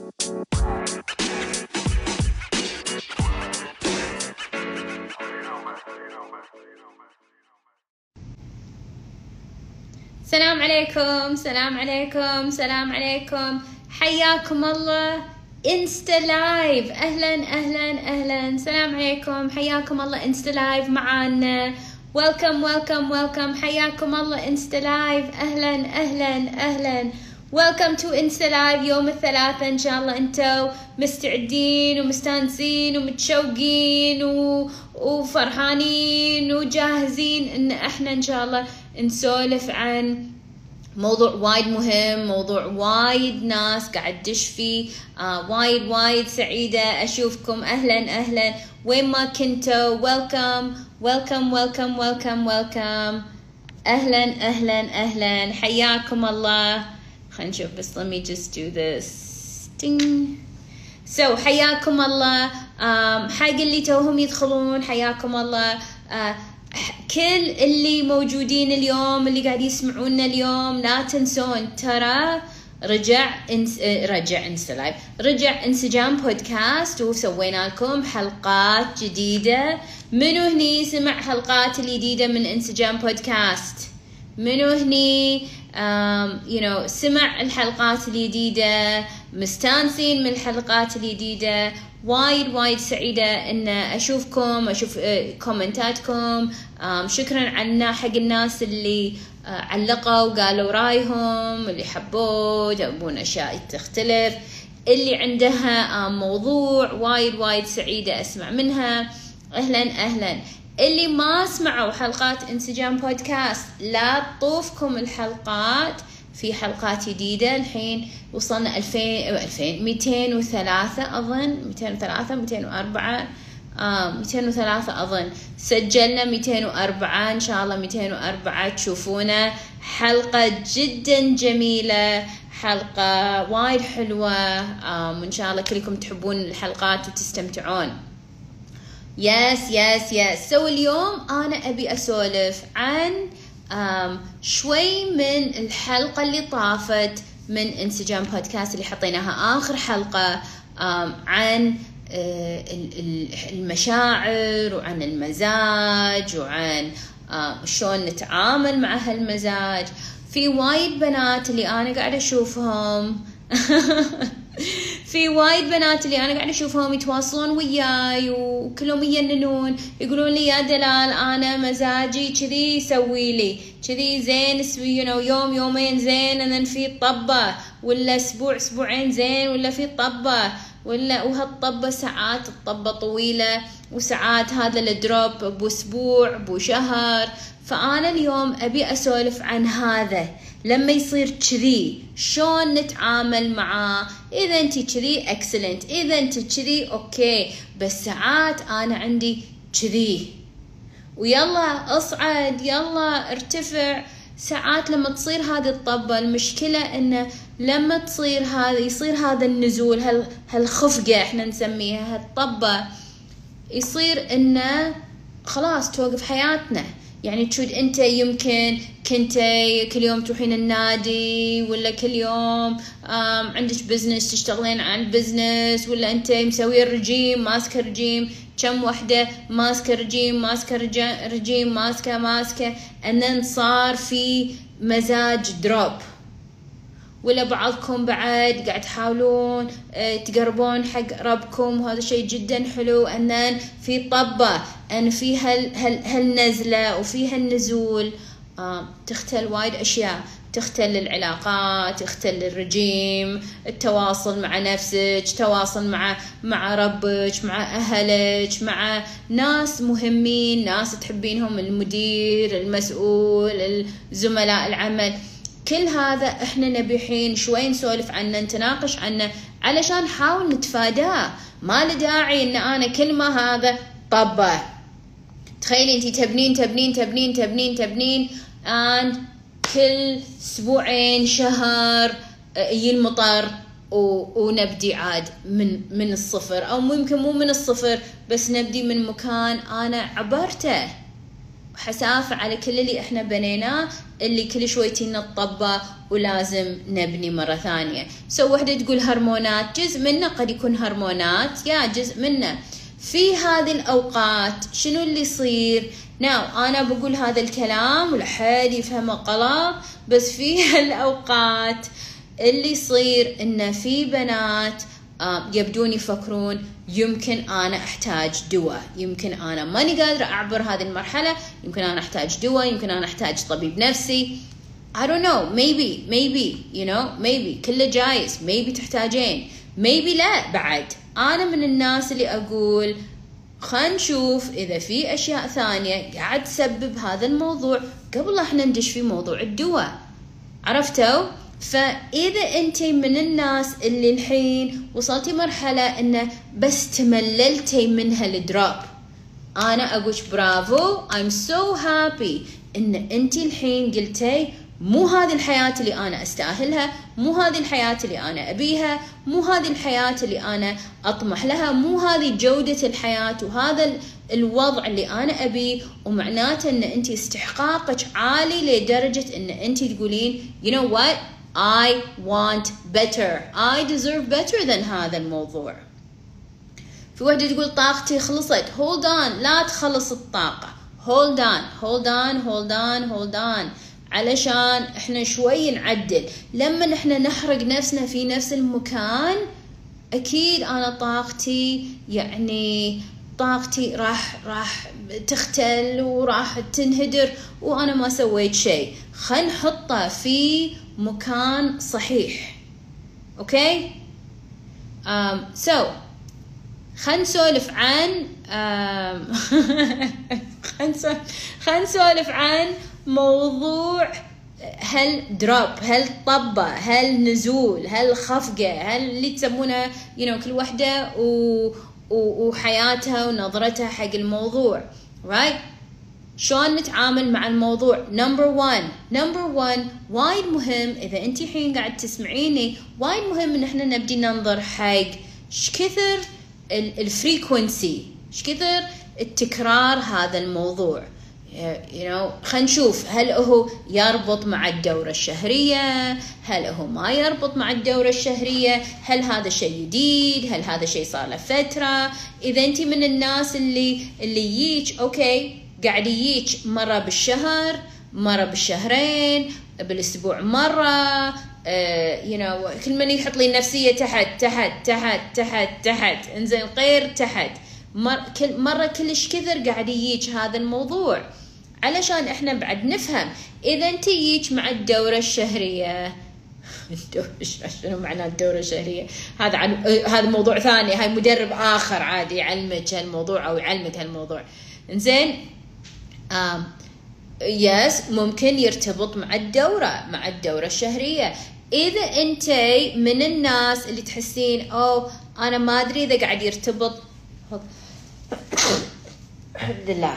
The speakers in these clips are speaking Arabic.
سلام عليكم، سلام عليكم، سلام عليكم، حياكم الله. انستا لايف، اهلا اهلا اهلا، سلام عليكم، حياكم الله. انستا لايف معانا، ويلكم ويلكم ويلكم، حياكم الله. انستا لايف، اهلا اهلا اهلا، ويلكم تو انستا لايف يوم الثلاثاء. ان شاء الله انتوا مستعدين ومستانسين ومتشوقين وفرحانين وجاهزين ان احنا ان شاء الله نسولف عن موضوع وايد مهم، موضوع وايد ناس قاعد تدش فيه. وايد سعيدة أشوفكم. أهلا أهلا وين ما كنتوا. welcome welcome welcome welcome welcome. أهلا أهلا أهلا، حياكم الله. خلينا نشوف بس let me just do this ding. so حياكم الله. حق اللي توهم يدخلون حياكم الله. كل اللي موجودين اليوم، اللي قاعد يسمعونا اليوم، لا تنسون ترى رجع انسجام بودكاست، وسوينا لكم حلقات جديدة. منو هني سمع حلقات الجديدة من انسجام بودكاست؟ منو هني سمع الحلقات الجديدة؟ مستانسين من الحلقات الجديدة؟ وايد سعيدة ان اشوفكم، اشوف كومنتاتكم. شكرا عنا حق الناس اللي علقوا وقالوا رايهم، اللي حبوا يبون اشياء تختلف، اللي عندها موضوع وايد سعيدة اسمع منها. اهلا اهلا. اللي ما سمعوا حلقات انسجام بودكاست، لا تطوفكم الحلقات، في حلقات جديدة. الحين وصلنا 203 أظن، 203 أظن. سجلنا 204 إن شاء الله. 204 تشوفونا. حلقة جدا جميلة، حلقة وايد حلوة، وإن شاء الله كلكم تحبون الحلقات وتستمتعون. يس. سو اليوم أنا أبي أسولف عن شوي من الحلقة اللي طافت من انسجام بودكاست اللي حطيناها آخر حلقة، عن المشاعر وعن المزاج وعن شلون نتعامل مع هالمزاج. في وايد بنات اللي أنا قاعدة أشوفهم في وايد بنات اللي أنا قاعدة أشوفهم يتواصلون وياي وكلهم يننون، يقولون لي يا دلال أنا مزاجي كذي، يسوي لي كذي زين، يوم يومين زين، and then في طبة، ولا أسبوعين زين، ولا في طبة، وهالطبة ساعات الطبة طويلة، وساعات هذا الدروب بأسبوع بشهر. فأنا اليوم أبي أسولف عن هذا، لما يصير كذي شلون نتعامل معاه. إذا أنت كذي excellent، إذا أنت كذي أوكي، بس ساعات أنا عندي كذي، ويلا أصعد يلا ارتفع. ساعات لما تصير هذه الطبة، المشكلة إنه لما يصير هذا النزول، هالخفقة إحنا نسميها هالطبة، يصير إنه خلاص توقف حياتنا. يعني تشوف أنت يمكن كنت كل يوم تروحين النادي، ولا كل يوم عندك بزنس تشتغلين عن بزنس، ولا أنت مسوي الرجيم، ماسكة رجيم، كم وحدة ماسكة رجيم ماسكة and then صار في مزاج دروب. ولا بعضكم بعد قاعد تحاولون تقربون حق ربكم، وهذا شيء جدا حلو. أن في طبة، أن في هالنزلة وفي هالنزول، تختل وايد أشياء، تختل العلاقات، تختل الرجيم، التواصل مع نفسك، تواصل مع ربك، مع أهلك، مع ناس مهمين، ناس تحبينهم، المدير، المسؤول، الزملاء العمل. كل هذا احنا نبي حين شوي نسولف عنه، نتناقش عنه، علشان نحاول نتفاداه. ما له داعي ان انا كل ما هذا طبه. تخيلي انتي تبنين and كل اسبوعين شهر يجي المطر ونبدي عاد من الصفر، او ممكن مو من الصفر، بس نبدي من مكان انا عبرته. حسافة على كل اللي احنا بنيناه اللي كل شوي تينا الطبة ولازم نبني مرة ثانية. وحدة تقول هرمونات، جزء منه قد يكون هرمونات، جزء منه. في هذه الأوقات شنو اللي يصير؟ أنا بقول هذا الكلام ولا حد يفهمه غلط، بس في هالأوقات اللي يصير إن في بنات يبدون يفكرون يمكن أنا أحتاج دواء، يمكن أنا ماني قادرة أعبر هذه المرحلة، يمكن أنا أحتاج دواء، يمكن أنا أحتاج طبيب نفسي. I don't know, maybe you know, maybe كله جايز، maybe تحتاجين، maybe لا. بعد أنا من الناس اللي أقول خلينا نشوف إذا في أشياء ثانية قاعد تسبب هذا الموضوع قبل احنا ندش في موضوع الدواء. عرفتوا؟ فإذا أنتي من الناس اللي الحين وصلتي مرحلة إنه بس تمللتي من هالدروب، أنا أقولش برافو، I'm so happy إن أنتي الحين قلتي مو هذه الحياة اللي أنا أستاهلها، مو هذه الحياة اللي أنا أبيها، مو هذه الحياة اللي أنا أطمح لها، مو هذه جودة الحياة وهذا الوضع اللي أنا أبيه. ومعناته إن أنتي استحقاقك عالي لدرجة إن أنتي تقولين you know what, I want better, I deserve better than هذا الموضوع. في واحدة تقول طاقتي خلصت. hold on، لا تخلص الطاقة. hold on علشان احنا شوي نعدل. لما احنا نحرق نفسنا في نفس المكان اكيد انا طاقتي راح تختل وراح تنهدر وانا ما سويت شيء. خلينا نحطه في مكان صحيح. اوكي خلينا نسولف عن خلينا نسولف عن موضوع هالدروب، هالطبة، هالنزول، هالخفقة، اللي تسمونها كل واحدة وحياتها ونظرتها حق الموضوع. right؟ شلون نتعامل مع الموضوع؟ number one وايد مهم. إذا أنتي حين قاعد تسمعيني وايد مهم إن احنا نبدي ننظر حق شكثر الفريكونسي، شكثر التكرار هذا الموضوع. خلينا نشوف هل هو يربط مع الدورة الشهرية، هل هو ما يربط مع الدورة الشهرية، هل هذا شيء جديد، هل هذا شيء صار له فترة. إذا أنت من الناس اللي يجيك أوكي قاعد يجيك مرة بالشهر، مرة بالشهرين، بالأسبوع مرة، كل من يحط لي النفسية تحت تحت تحت تحت تحت، انزين غير تحت، مرة كلش كثر قاعد يجيك هذا الموضوع. علشان احنا بعد نفهم اذا انت يجيك مع الدورة الشهرية. شنو معنى الدورة الشهرية؟ هذا موضوع ثاني، هاي مدرب اخر عادي يعلمك هالموضوع او يعلمك هالموضوع. انزين يس ممكن يرتبط مع الدورة الشهرية. اذا انت من الناس اللي تحسين انا ما ادري اذا قاعد يرتبط الحمد لله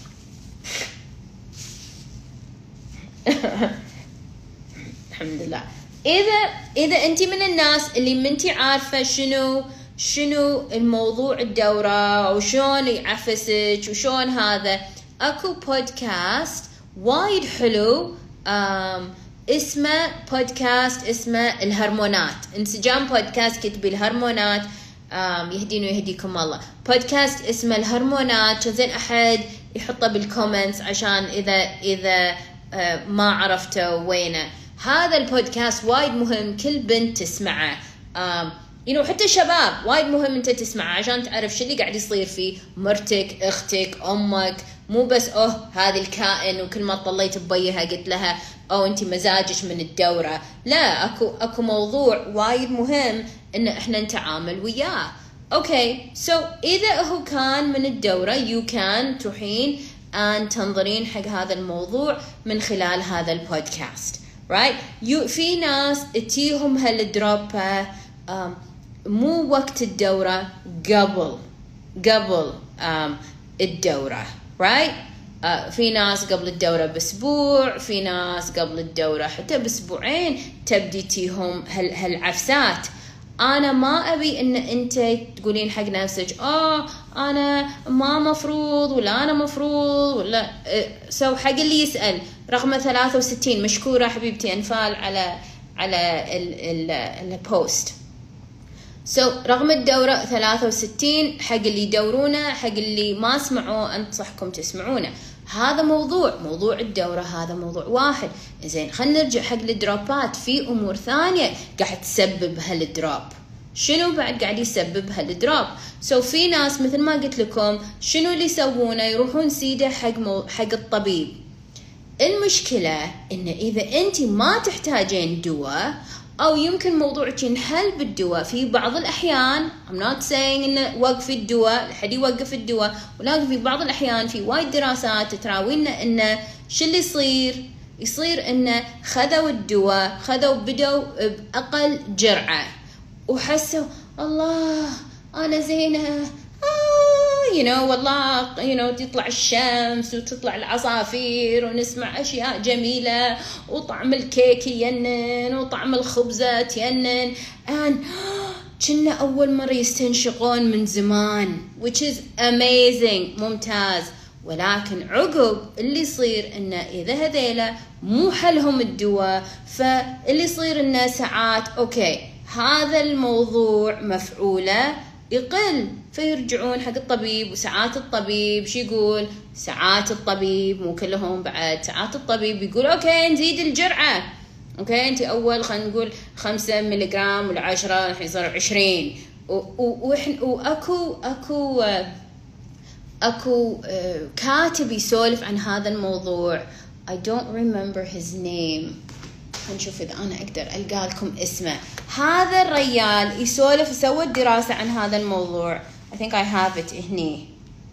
الحمد لله. اذا انت من الناس اللي منتي عارفه شنو الموضوع الدوره وشون يعفسك وشون هذا، اكو بودكاست وايد حلو اسمه الهرمونات. انسجام بودكاست، كتبي الهرمونات يهديني ويهديكم الله. بودكاست اسمه الهرمونات، زين احد يحطه بالكومنتس عشان اذا ما عرفته وينه. هذا البودكاست وايد مهم كل بنت تسمعه، حتى الشباب وايد مهم انت تسمعه عشان تعرف شو اللي قاعد يصير في مرتك، اختك، امك. مو بس هذه الكائن وكل ما طليت ببيها قلت لها انت مزاجك من الدورة. لا، اكو موضوع وايد مهم ان احنا نتعامل وياه. اوكي اذا هو كان من الدورة you can تروحين ان تنظرين حق هذا الموضوع من خلال هذا البودكاست. right؟ في ناس تيهم هالدروب مو وقت الدورة، قبل الدورة. right؟ في ناس قبل الدورة بأسبوع، في ناس قبل الدورة حتى بأسبوعين تبدي تيهم هالعفسات. أنا ما أبي إن أنت تقولين حق نفسك أنا ما مفروض ولا أنا مفروض ولا سو حق اللي يسأل رقم 63 مشكورة حبيبتي أنفال على البوست. رقم الدورة 63 حق اللي يدورونه، حق اللي ما سمعوه أنصحكم تسمعونه. هذا موضوع الدورة، هذا موضوع واحد. زين خلينا نرجع حق الدروبات. في أمور ثانية قاعد تسبب هالدروب. شنو بعد قاعد يسبب هالدروب؟ في ناس مثل ما قلت لكم شنو اللي يسوونه؟ يروحون سيدة حق الطبيب. المشكلة إن إذا أنت ما تحتاجين دواء أو يمكن موضوعك ينحل بالدواء في بعض الأحيان. I'm not saying إن وقف الدواء، لحد يوقف الدواء، ولكن في بعض الأحيان في وايد دراسات تراوينا إنه شو اللي يصير إنه خذوا الدواء، بدوا بأقل جرعة وحسوا الله أنا زينة والله تطلع الشمس وتطلع العصافير ونسمع أشياء جميلة وطعم الكيك ينن وطعم الخبزات ينن كنا أول مرة يستنشقون من زمان which is amazing ممتاز. ولكن عقب اللي يصير إنه إذا هذيلا مو حلهم الدواء، فاللي يصير إنه ساعات أوكي هذا الموضوع مفعوله يقل، فيرجعون حق الطبيب. وساعات الطبيب شو يقول؟ ساعات الطبيب مو كلهم بعد، ساعات الطبيب يقول اوكي نزيد الجرعة. اوكي انت اول خلينا نقول 5 ملغ ولا 10 الحين صار 20 اكو كاتب يسولف عن هذا الموضوع. I don't remember his name. نشوف إذا أنا أقدر ألقى لكم اسمه. هذا الرجال يسولف، سوى دراسة عن هذا الموضوع. I think I have it هني.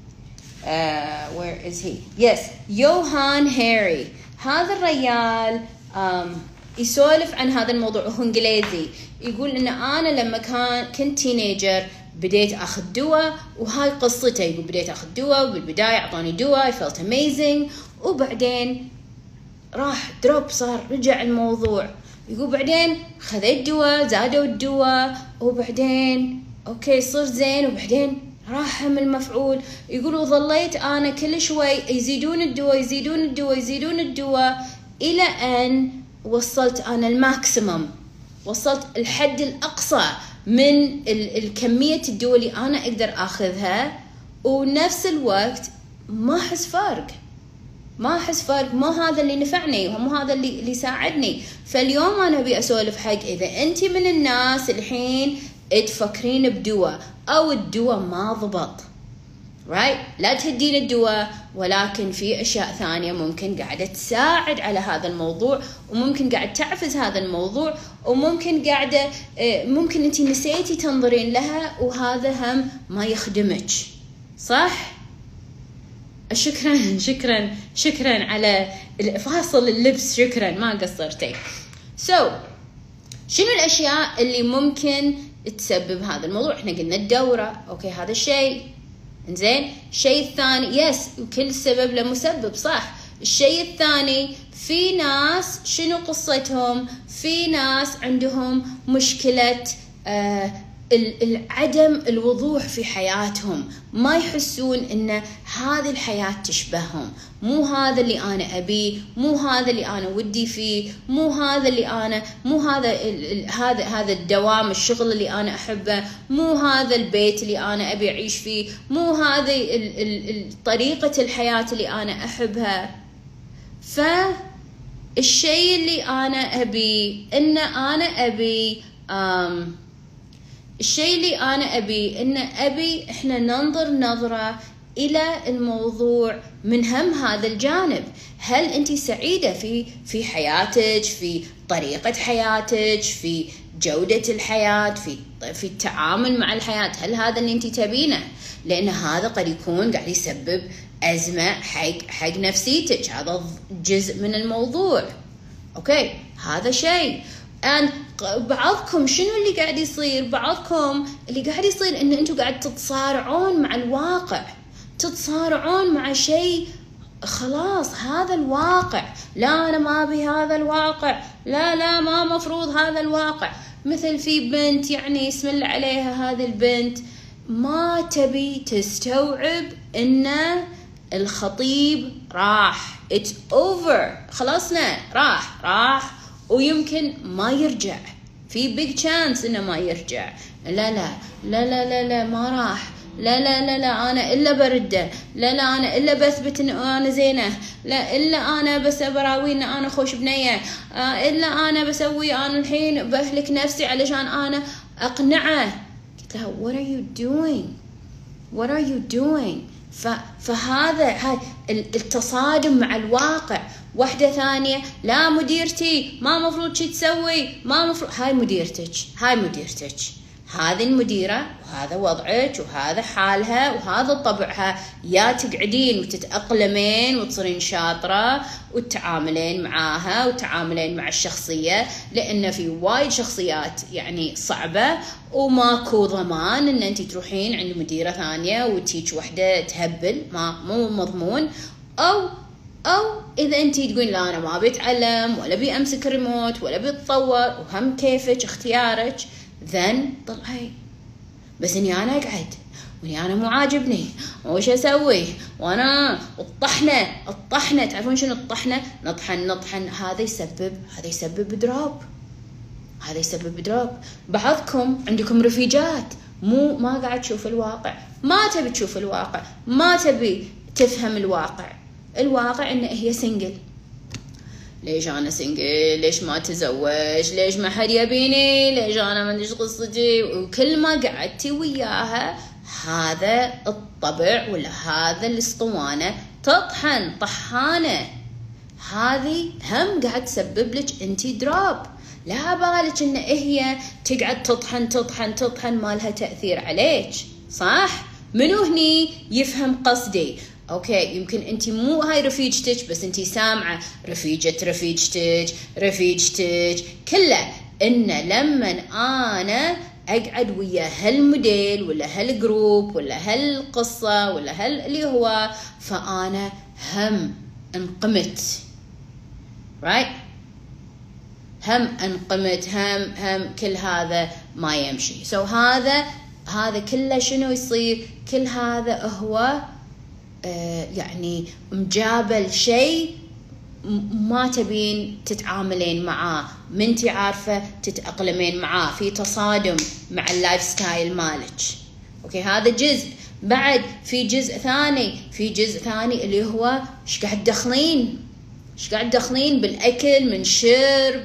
Where is he? Yes, يوهان هاري. هذا الرجال يسولف عن هذا الموضوع، هو إنجليزي. يقول إن أنا لما كنت تينيجر بديت أخذ دواء، وهاي قصته. يقول بديت أخذ دواء، وبالبداية أعطاني دواء I felt amazing، وبعدين راح دروب، صار رجع الموضوع. يقول بعدين خذيت دواء، زادوا الدواء، وبعدين اوكي صرت زين، وبعدين راح من المفعول. يقول وظليت انا كل شوي يزيدون الدواء الى ان وصلت انا الماكسيمم، وصلت الحد الاقصى من الكمية الدواء اللي انا اقدر اخذها، ونفس الوقت ما احس فرق. مو هذا اللي نفعني، ومو هذا اللي ساعدني. فاليوم أنا أبي أسولف حق إذا أنت من الناس الحين تفكرين بدواء أو الدواء ما ضبط right؟ لا تهدين الدواء، ولكن في أشياء ثانية ممكن قاعدة تساعد على هذا الموضوع، وممكن قاعد تعفز هذا الموضوع، وممكن ممكن أنت نسيتي تنظرين لها، وهذا هم ما يخدمك. صح؟ شكرا على فاصل اللبس، شكرا ما قصرتي. شنو الأشياء اللي ممكن تسبب هذا الموضوع؟ احنا قلنا الدورة، اوكي هذا الشيء. انزين الشيء الثاني يس وكل سبب له مسبب، صح. الشيء الثاني في ناس شنو قصتهم؟ في ناس عندهم مشكلة عدم الوضوح في حياتهم، ما يحسون ان هذه الحياة تشبههم، مو هذا اللي انا ابيه، مو هذا اللي انا ودي فيه، مو هذا الدوام الشغل اللي انا احبه، مو هذا البيت اللي انا ابي اعيش فيه، مو هذه طريقة الحياة اللي انا احبها. فالشيء اللي انا ابي الشيء اللي أنا أبي إحنا ننظر نظرة إلى الموضوع من هذا الجانب. هل أنت سعيدة في حياتك، في طريقة حياتك، في جودة الحياة، في التعامل مع الحياة؟ هل هذا اللي أنت تبينه؟ لأن هذا قد يكون قاعد يسبب أزمة حق نفسيتك، هذا جزء من الموضوع. أوكي هذا شيء. بعضكم شنو اللي قاعد يصير؟ بعضكم اللي قاعد يصير ان انتم قاعد تتصارعون مع الواقع، تتصارعون مع شيء خلاص هذا الواقع، لا انا ما ابي هذا الواقع، لا ما مفروض هذا الواقع. مثل في بنت يعني اسم الله عليها، هذه البنت ما تبي تستوعب ان الخطيب راح، it's over، خلصنا، راح ويمكن ما يرجع، في big chance انه ما يرجع. لا لا لا لا لا لا ما راح، لا لا لا لا انا الا برده، لا لا انا الا بثبت ان انا زينه، لا الا انا بس براوي ان انا خوش بنيه، الا انا بسوي، انا الحين بهلك نفسي علشان انا اقنعه. قلت لها what are you doing what are you doing؟ فهذا التصادم مع الواقع. واحدة ثانية لا مديرتي ما مفروض شي تسوي، ما مفروض، هاي مديرتك، هذه المديرة وهذا وضعك وهذا حالها وهذا طبعها، يا تقعدين وتتأقلمين وتصيرين شاطرة وتتعاملين معاها وتتعاملين مع الشخصية، لأن في وايد شخصيات يعني صعبة وماكو ضمان ان انتي تروحين عند مديرة ثانية وتيج واحدة تهبل، مو مضمون. او اذا انتي تقولين لا انا ما بيتعلم ولا بيمسك ريموت ولا بيتطور وهم كيفك اختيارك، ذن طلعي. بس اني انا اقعد واني انا مو عاجبني وش اسوي وانا الطحنه تعرفون شنو الطحنه؟ نطحن هذا يسبب دروب. بعضكم عندكم رفيجات ما قاعد تشوف الواقع، ما تبي تشوف الواقع، ما تبي تفهم الواقع ان هي سنجل. ليش انا سنجل؟ ليش ما تزوج؟ ليش ما حد يبيني؟ ليش انا ما ادري قصتي؟ وكل ما قعدتي وياها هذا الطبع ولا هذا الاسطوانه طحانه، هذه هم قاعد تسبب لك انتي دروب. لا بالك ان هي تقعد تطحن ما لها تاثير عليك، صح؟ منو هني يفهم قصدي؟ اوكي يمكن انتي مو هاي رفيجتك، بس انتي سامعه رفيجتك كله، ان لما انا اقعد ويا هالموديل ولا هالجروب ولا هالقصه ولا اللي هو، فانا هم انقمت، رايت؟ هم انقمت، هم كل هذا ما يمشي. سو هذا كله شنو يصير؟ كل هذا هو يعني مجابل شيء ما تبين تتعاملين معاه، منتي عارفة تتأقلمين معاه، في تصادم مع اللايف ستايل مالك. اوكي هذا جزء. بعد في جزء ثاني اللي هو ايش قاعد تدخلين بالاكل، من شرب،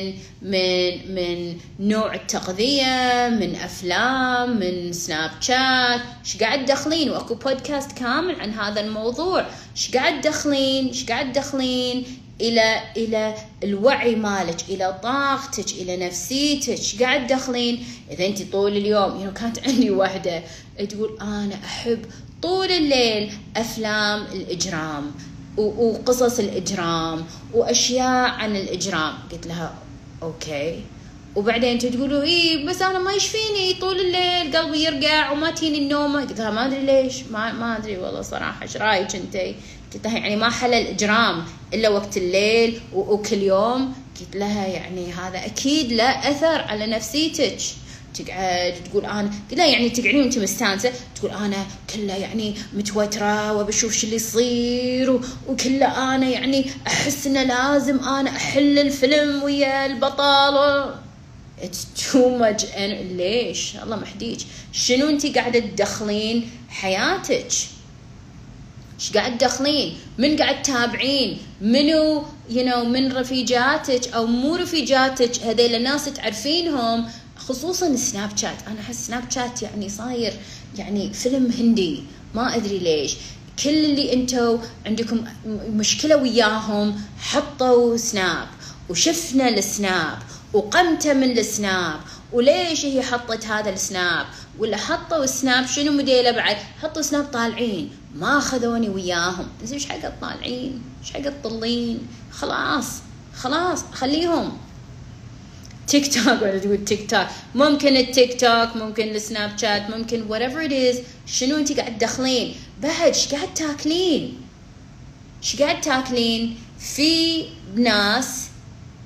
من نوع التغذيه، من افلام، من سناب شات، ايش قاعد تدخلين؟ واكو بودكاست كامل عن هذا الموضوع. ايش قاعد تدخلين الى الوعي مالك، الى طاقتك، الى نفسيتك، ايش قاعد تدخلين؟ اذا انت طول اليوم كانت عندي واحده تقول انا احب طول الليل افلام الاجرام وقصص الإجرام وأشياء عن الإجرام، قلت لها أوكي، وبعدين تقولوا إيه بس أنا ما يشفيني طول الليل، قلبي يرقع وما تيني النوم. قلت لها ما أدري ليش، ما أدري والله صراحة، إيش رأيك أنتي؟ قلت لها يعني ما حل الإجرام إلا وقت الليل وكل يوم. قلت لها يعني هذا أكيد له أثر على نفسيتك. تقعد تقول انا، قلت لها يعني تقعدين وانت مستانسه تقول انا كله يعني متوتره وبشوف شو اللي يصير وكله انا يعني احس انه لازم انا احل الفيلم ويا البطل. it's too much. ليش؟ الله محديك. شنو انت قاعده تدخلين حياتك؟ ايش قاعد تدخلين؟ من قاعد تتابعين؟ منو من رفيجاتك او مو رفيجاتك؟ هذيل الناس تعرفينهم، خصوصا سناب شات. انا احس سناب شات يعني صاير يعني فيلم هندي، ما ادري ليش. كل اللي انتو عندكم مشكله وياهم حطوا سناب وشفنا السناب وقمته من السناب، وليش هي حطت هذا السناب؟ ولا حطوا السناب شنو موديله بعد؟ حطوا سناب طالعين، ما اخذوني وياهم. زين ايش حق الطالعين؟ ايش حق الطلين؟ خلاص خليهم. تيك توك ولا تقول تيك توك، ممكن التيك توك، ممكن السناب شات، ممكن whatever it is. شنو انت قاعد تدخلين؟ بعد ايش قاعد تاكلين؟ في ناس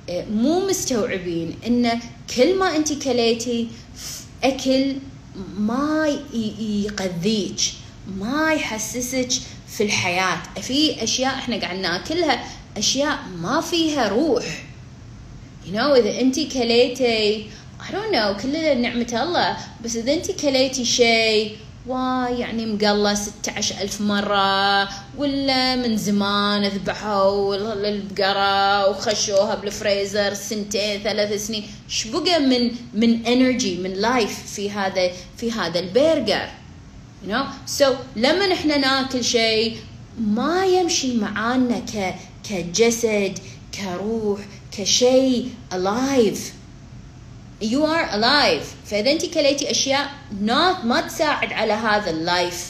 مو مستوعبين ان كل ما انت كليتي اكل ما يغذيك، ما يحسسك في الحياة. في اشياء احنا قاعد ناكلها اشياء ما فيها روح. اذا انت كليتي I don't know، كلنا نعمة الله، بس اذا انت كليتي شيء يعني مقلة 16,000 مرة، ولا من زمان ذبحوا البقرة وخشوها بالفريزر 2 3 سنين، ايش بقى من energy من life في هذا البرجر. so لما نحن ناكل شيء ما يمشي معانا كجسد، كروح، كشيء alive. you are alive. فإذا أنت كليتي أشياء ما تساعد على هذا اللايف،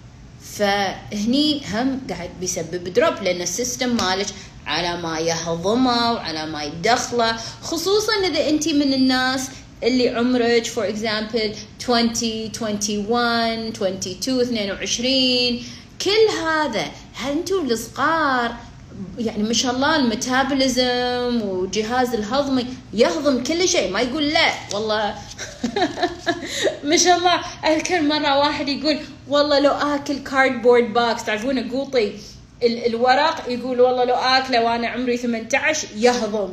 فهني هم قاعد بيسبب دروب، لأن السيستم مالك على ما يهضمه وعلى ما يدخله، خصوصا إذا أنت من الناس اللي عمرك for example 20 21 22 22، كل هذا أنتوا الصغار يعني ما شاء الله الميتابوليزم وجهاز الهضمي يهضم كل شيء، ما يقول لا والله. ما شاء الله. أذكر مرة واحد يقول والله لو آكل كاردبورد باكس، تعرفون قوطي الورق، يقول والله لو آكله وأنا عمري 18 يهضم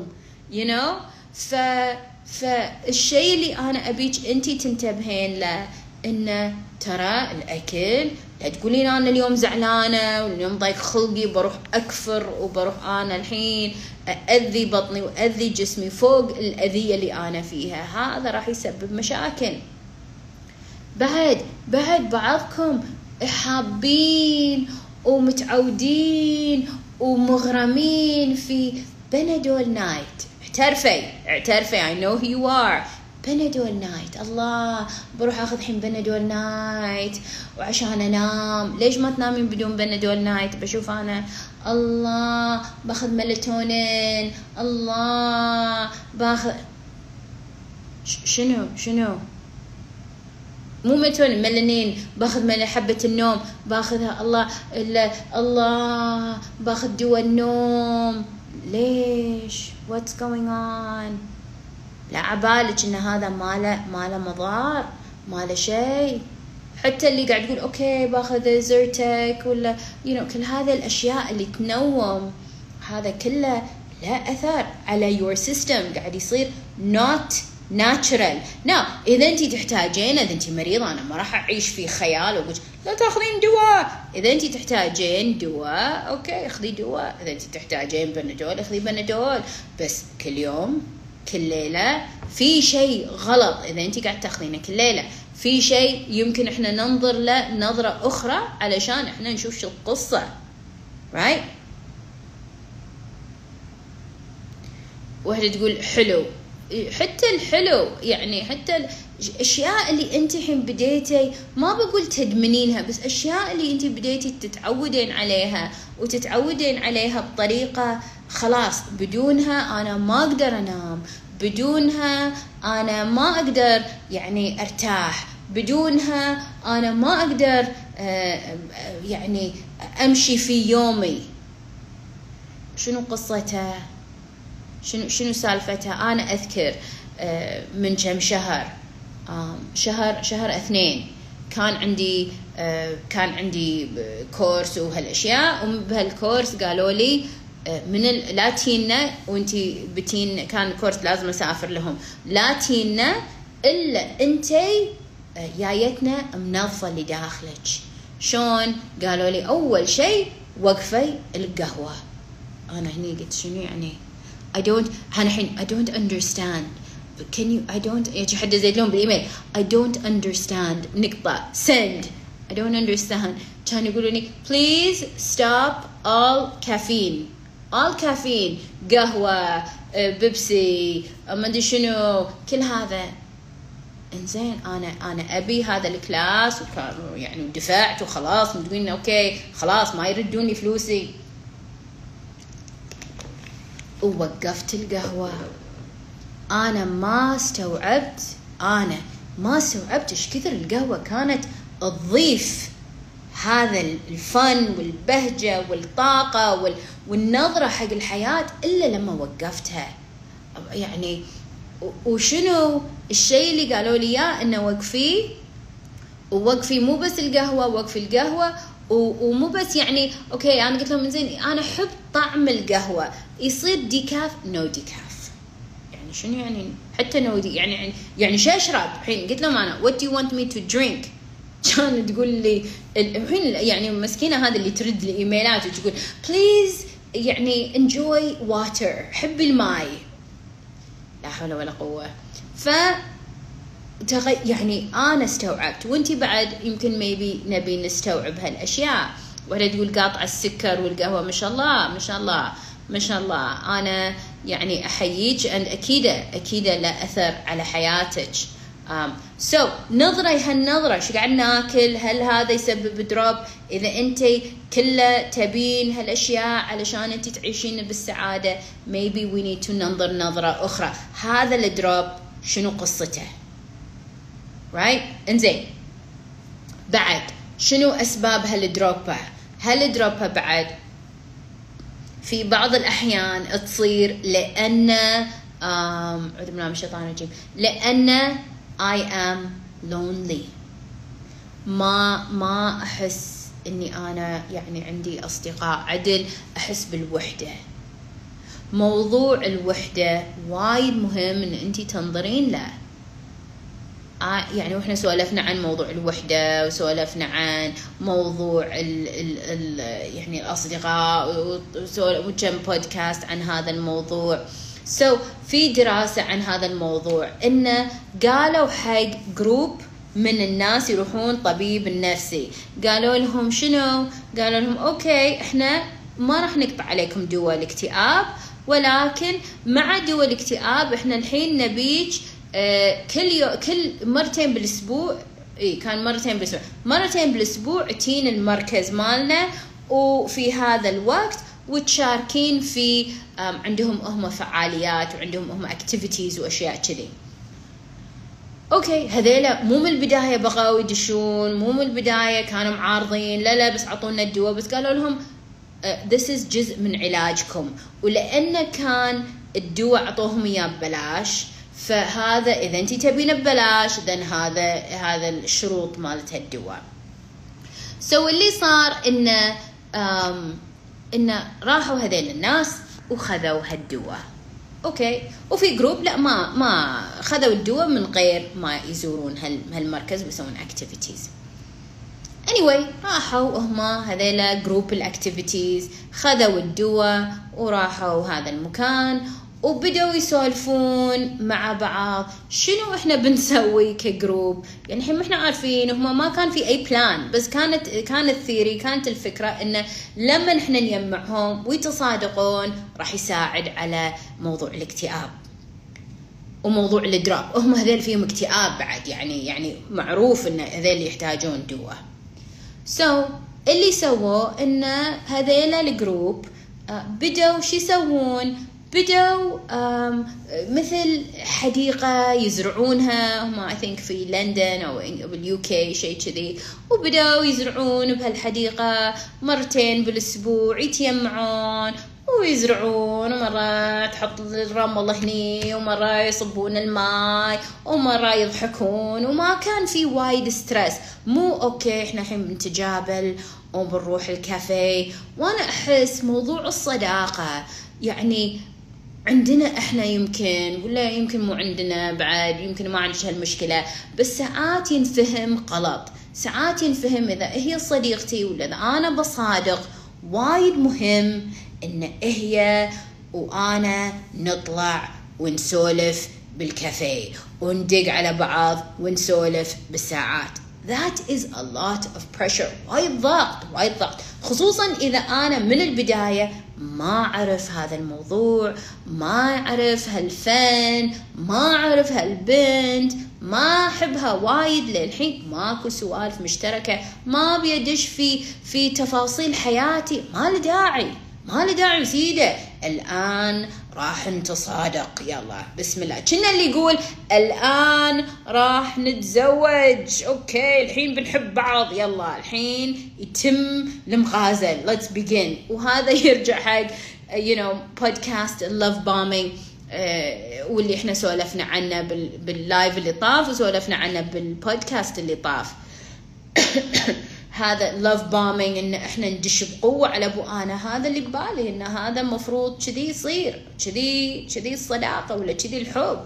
فالشيء اللي أنا أبيك أنتي تنتبهين له إنه ترى الأكل، لا تقولين أنا اليوم زعلانة واليوم ضايق خلقي بروح أكفر وبروح أنا الحين أذي بطني وأذي جسمي فوق الأذية اللي أنا فيها. هذا راح يسبب مشاكل. بعد بعضكم حابين ومتعودين ومغرمين في بنادول نايت. اعترفي I know who you are. بنادول نايت، الله بروح اخذ حين بنادول نايت وعشان انام. ليش ما تنامين بدون بنادول نايت؟ بشوف انا الله باخذ ميلاتونين، الله باخذ شنو مو ميلاتونين، ميلانين، باخذ حبة النوم باخذها، الله باخذ دواء النوم. ليش؟ what's going on؟ لا عبالك ان هذا ماله مضار، ماله شيء. حتى اللي قاعد يقول اوكي باخذ زرتك ولا كل هذه الاشياء اللي تنوم، هذا كله لا اثر على your system، قاعد يصير not natural. اذا انت تحتاجين، اذا انت مريضة، انا ما راح اعيش في خيال واقول لا تاخذين دواء. اذا انت تحتاجين دواء اوكي اخذي دواء، اذا انت تحتاجين بنادول اخذي بنادول، بس كل يوم كل ليلة في شيء غلط. إذا أنت قاعد تاخذينه كل ليلة في شيء يمكن إحنا ننظر له نظرة أخرى علشان إحنا نشوف شو القصة. right؟ واحدة تقول حلو، حتى الحلو يعني حتى الأشياء اللي أنت حين بديتي، ما بقول تدمنينها، بس أشياء اللي أنت بديتي تتعودين عليها وتتعودين عليها بطريقة خلاص بدونها أنا ما أقدر أنام، بدونها أنا ما أقدر يعني أرتاح، بدونها أنا ما أقدر يعني أمشي في يومي. شنو قصتها؟ شنو سالفتها؟ أنا أذكر من كم شهر 2 كان عندي كورس وهالأشياء، وبهالكورس قالوا لي من لا تينا وانتي بتين، كان كورس لازم اسافر لهم، لا تينا الا انتي جايتنا منظفه اللي داخلك. شلون؟ قالوا لي اول شيء وقفي القهوه. انا هني قلت شنو يعني؟ I don't understand. Can you I don't يجي حد زيد لهم بالايميل I don't understand نقطه send. I don't understand. كان يقولوا لي please stop all caffeine قهوة بيبسي ما ادري شنو كل هذا. انزين انا ابي هذا الكلاس، وكانوا يعني دفعت وخلاص مدوين اوكي خلاص ما يردوني فلوسي، ووقفت القهوة. انا ما استوعبت ايش كثر القهوة كانت تضيف هذا الفن والبهجة والطاقة والنظرة حق الحياة إلا لما وقفتها. يعني وشنو الشيء اللي قالوا لي إياه؟ إنه وقفي مو بس القهوة، وقفي القهوة ومو بس يعني أوكي. أنا قلت لهم زين أنا أحب طعم القهوة، يصير ديكاف نو ديكاف. يعني شنو يعني حتى نو دي يعني شو أشرب الحين؟ قلت لهم أنا what do you want me to drink؟ كان تقول لي الحين يعني مسكينة هذا اللي ترد لي إيميلات وتقول please يعني enjoy water، حبي الماء. لا حول ولا قوة. يعني أنا استوعبت، وانتي بعد يمكن نبي نستوعب هالأشياء. ولا تقول قاطع السكر والقهوة، ما شاء الله ما شاء الله ما شاء الله. أنا يعني أحييك، أكيد لا أثر على حياتك. نظرة هالنظرة شو قاعد ناكل، هل هذا يسبب دروب؟ إذا أنتي كله تبين هالأشياء علشان أنتي تعيشين بالسعادة maybe we need to ننظر نظرة أخرى. هذا الدروب شنو قصته؟ right؟ إنزين بعد شنو أسباب هالدروبة بعد في بعض الأحيان تصير لأن أعوذ بالله من الشيطان الرجيم، لأن I am lonely. ما أحس إني أنا يعني عندي أصدقاء عدل، أحس بالوحدة. موضوع الوحدة وايد مهم إن أنتي تنظرين له. يعني وإحنا سولفنا عن موضوع الوحدة، وسولفنا عن موضوع يعني الأصدقاء، وكم بودكاست عن هذا الموضوع. في دراسة عن هذا الموضوع إنه قالوا حق جروب من الناس يروحون طبيب النفسي، قالوا لهم شنو؟ قالوا لهم أوكي إحنا ما راح نقطع عليكم دواء الاكتئاب، ولكن مع دواء الاكتئاب إحنا الحين نبيج كل مرتين بالأسبوع. كان مرتين بالأسبوع تين المركز مالنا، وفي هذا الوقت وتشاركين في عندهم هم فعاليات، وعندهم هم activities وأشياء كذي. أوكي هذيلا مو من البداية بغاو يدشون، مو من البداية كانوا معارضين، لا بس عطونا الدواء، بس قالوا لهم this is جزء من علاجكم. ولأن كان الدواء عطوهم إياه ببلاش، فهذا إذا أنتي تبين ببلاش then هذا الشروط مالت الدواء. اللي صار إنه راحوا هذيل الناس وخذوا هالدواء. أوكي. وفي جروب لا ما خذوا الدواء من غير ما يزورون هالمركز ويسوون activities. anyway راحوا هما هذيلا جروب الأكتيفيتيز، خذوا الدواء وراحوا هذا المكان، وبدأوا يسولفون مع بعض شنو احنا بنسوي كجروب. يعني الحين احنا عارفين هما ما كان في اي بلان، بس كانت ثيري، كانت الفكرة انه لما احنا نجمعهم ويتصادقون راح يساعد على موضوع الاكتئاب وموضوع الدروب. هم هذول فيهم اكتئاب بعد، يعني معروف ان هذول يحتاجون دواء. اللي سووه ان هذول الجروب بدأوا شو يسوون؟ بدأوا مثل حديقة يزرعونها هم I think في لندن أو بالUK شيء كذي، وبدأوا يزرعون بهالحديقة مرتين بالأسبوع، يتجمعون ويزرعون، ومرة تحط الرمل هني، ومرة يصبون الماء، ومرة يضحكون، وما كان في وايد ستريس. مو أوكي إحنا الحين بنتجابل وبنروح الكافيه. وأنا أحس موضوع الصداقة يعني عندنا احنا يمكن، ولا يمكن مو عندنا بعد، يمكن ما عندش هالمشكلة، بس ساعات ينفهم غلط، ساعات ينفهم إذا هي صديقتي ولا إذا أنا بصادق. وايد مهم إن هي وأنا نطلع ونسولف بالكافيه وندق على بعض ونسولف بالساعات. That is a lot of pressure. وايد ضغط، خصوصا إذا أنا من البداية ما أعرف هذا الموضوع، ما أعرف هالفن، ما أعرف هالبنت، ما أحبها وايد. للحين ماكو سوالف مشتركة، ما بيدش في تفاصيل حياتي. ما له داعي سيدة. الآن راح نتصادق، يلا بسم الله. كنا اللي يقول الآن راح نتزوج، أوكي الحين بنحب بعض، يلا الحين يتم المغازل، let's begin. وهذا يرجع حق podcast love bombing واللي احنا سولفنا عنه باللايف اللي طاف، وسولفنا عنه بالبودكاست اللي طاف. هذا love bombing، ان احنا ندش بقوة على ابو انا، هذا اللي ببالي، ان هذا مفروض كذي يصير، كذي الصداقة ولا كذي الحب.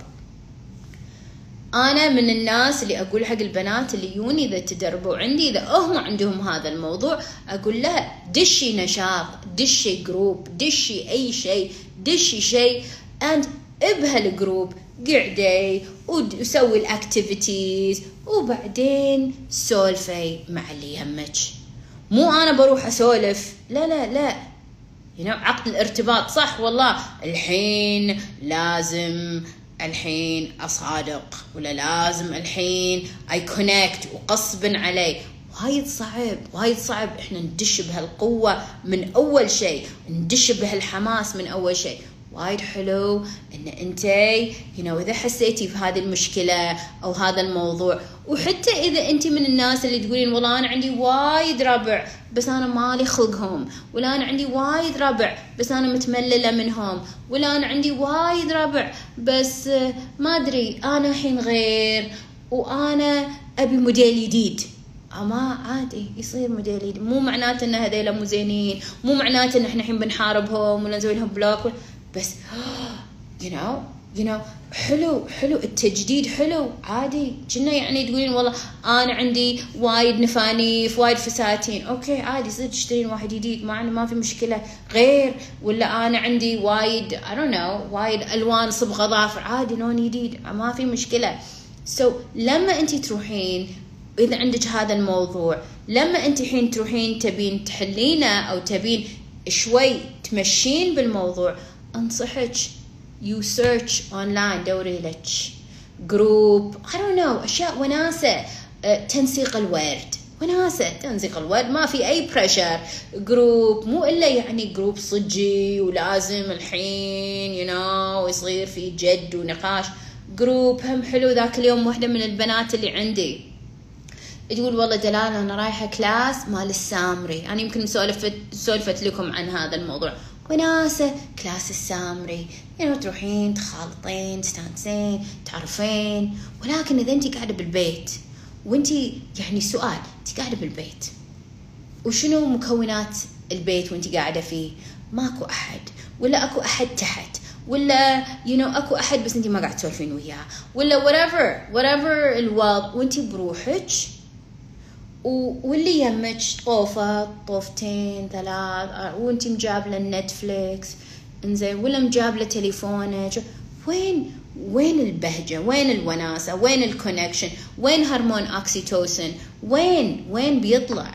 انا من الناس اللي اقول حق البنات اللي يوني اذا تدربوا عندي، اذا هم عندهم هذا الموضوع، اقول لها دشي نشاط، دشي جروب، دشي اي شيء، دشي شيء and بهالجروب قعدي وسوي الاكتيفيتيز، وبعدين سولفي مع اللي يهمك. مو انا بروح اسولف، لا لا لا، عقد الارتباط صح والله، الحين لازم الحين اصادق، ولا لازم الحين اي كونكت وقصبا علي. وايد صعب احنا ندش بهالقوة من اول شيء، ندش بهالحماس من اول شيء. وايد حلو ان انت اذا حسيتي بهذه المشكلة او هذا الموضوع، وحتى اذا انت من الناس اللي تقولين والله انا عندي وايد ربع بس انا مالي خلقهم، ولا انا عندي وايد ربع بس انا متمللة منهم، ولا انا عندي وايد ربع بس ما ادري انا الحين غير وانا ابي موديل جديد. ما عادي يصير موديل جديد، مو معناته ان هذيلا مو زينين، مو معناته ان احنا الحين بنحاربهم ولا نسوي لهم بلوك، بس حلو التجديد، حلو عادي. كنا تقولين والله انا عندي وايد نفانيف، وايد فساتين، اوكي عادي يصير تشترين واحد جديد، ما في مشكله غير. ولا انا عندي وايد وايد الوان صبغه ظافر، عادي لون جديد، ما في مشكله. لما انت تروحين، اذا عندك هذا الموضوع، لما انت حين تروحين تبين تحلينه او تبين شوي تمشين بالموضوع، انصحك you search online، دوري لك جروب اشياء وناسة، تنسيق الورد، تنسيق الورد، ما في اي بريشر. جروب مو الا جروب صجي ولازم الحين يصير في جد ونقاش. جروب هم حلو. ذاك اليوم واحدة من البنات اللي عندي تقول والله دلال انا رايحة كلاس مال السامري، انا يمكن سولفت لكم عن هذا الموضوع، وناسة كلاس السامري، تروحين تخالطين تستانسين تعرفين. ولكن اذا انت قاعدة بالبيت، وانت سؤال، انت قاعدة بالبيت وشنو مكونات البيت وانت قاعدة فيه؟ ماكو احد، ولا اكو احد تحت، ولا اكو احد بس انت ما قاعد تسولفين وياه، ولا whatever الوضع، وانت بروحك واللي يمك طوفة طوفتين ثلاث، وانت مجابلة نتفليكس انزين، ولا مجابلة تليفونك. وين البهجة؟ وين الوناسة؟ وين الكونكشن؟ وين هرمون أكسيتوسين؟ وين بيطلع؟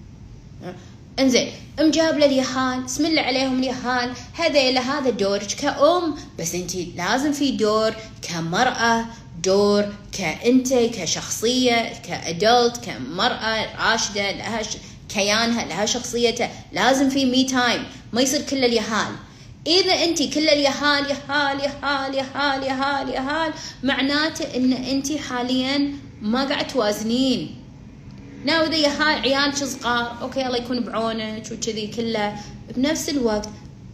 انزين مجابلة اليهال، اسم الله عليهم اليهال، هذا دورك كأم، بس انت لازم في دور كمرأة، دور كأنت كشخصية، كأدلت، كمرأة راشدة لها كيانها، لها شخصيتها، لازم في مي تايم، ما يصير كل اليهال. إذا أنت كل اليهال يهال يهال يهال يهال يهال، معناته إن أنت حاليا ما قاعد توازنين. إذا يهال عيالك صغار، أوكي الله يكون بعونك وكذي كله، بنفس الوقت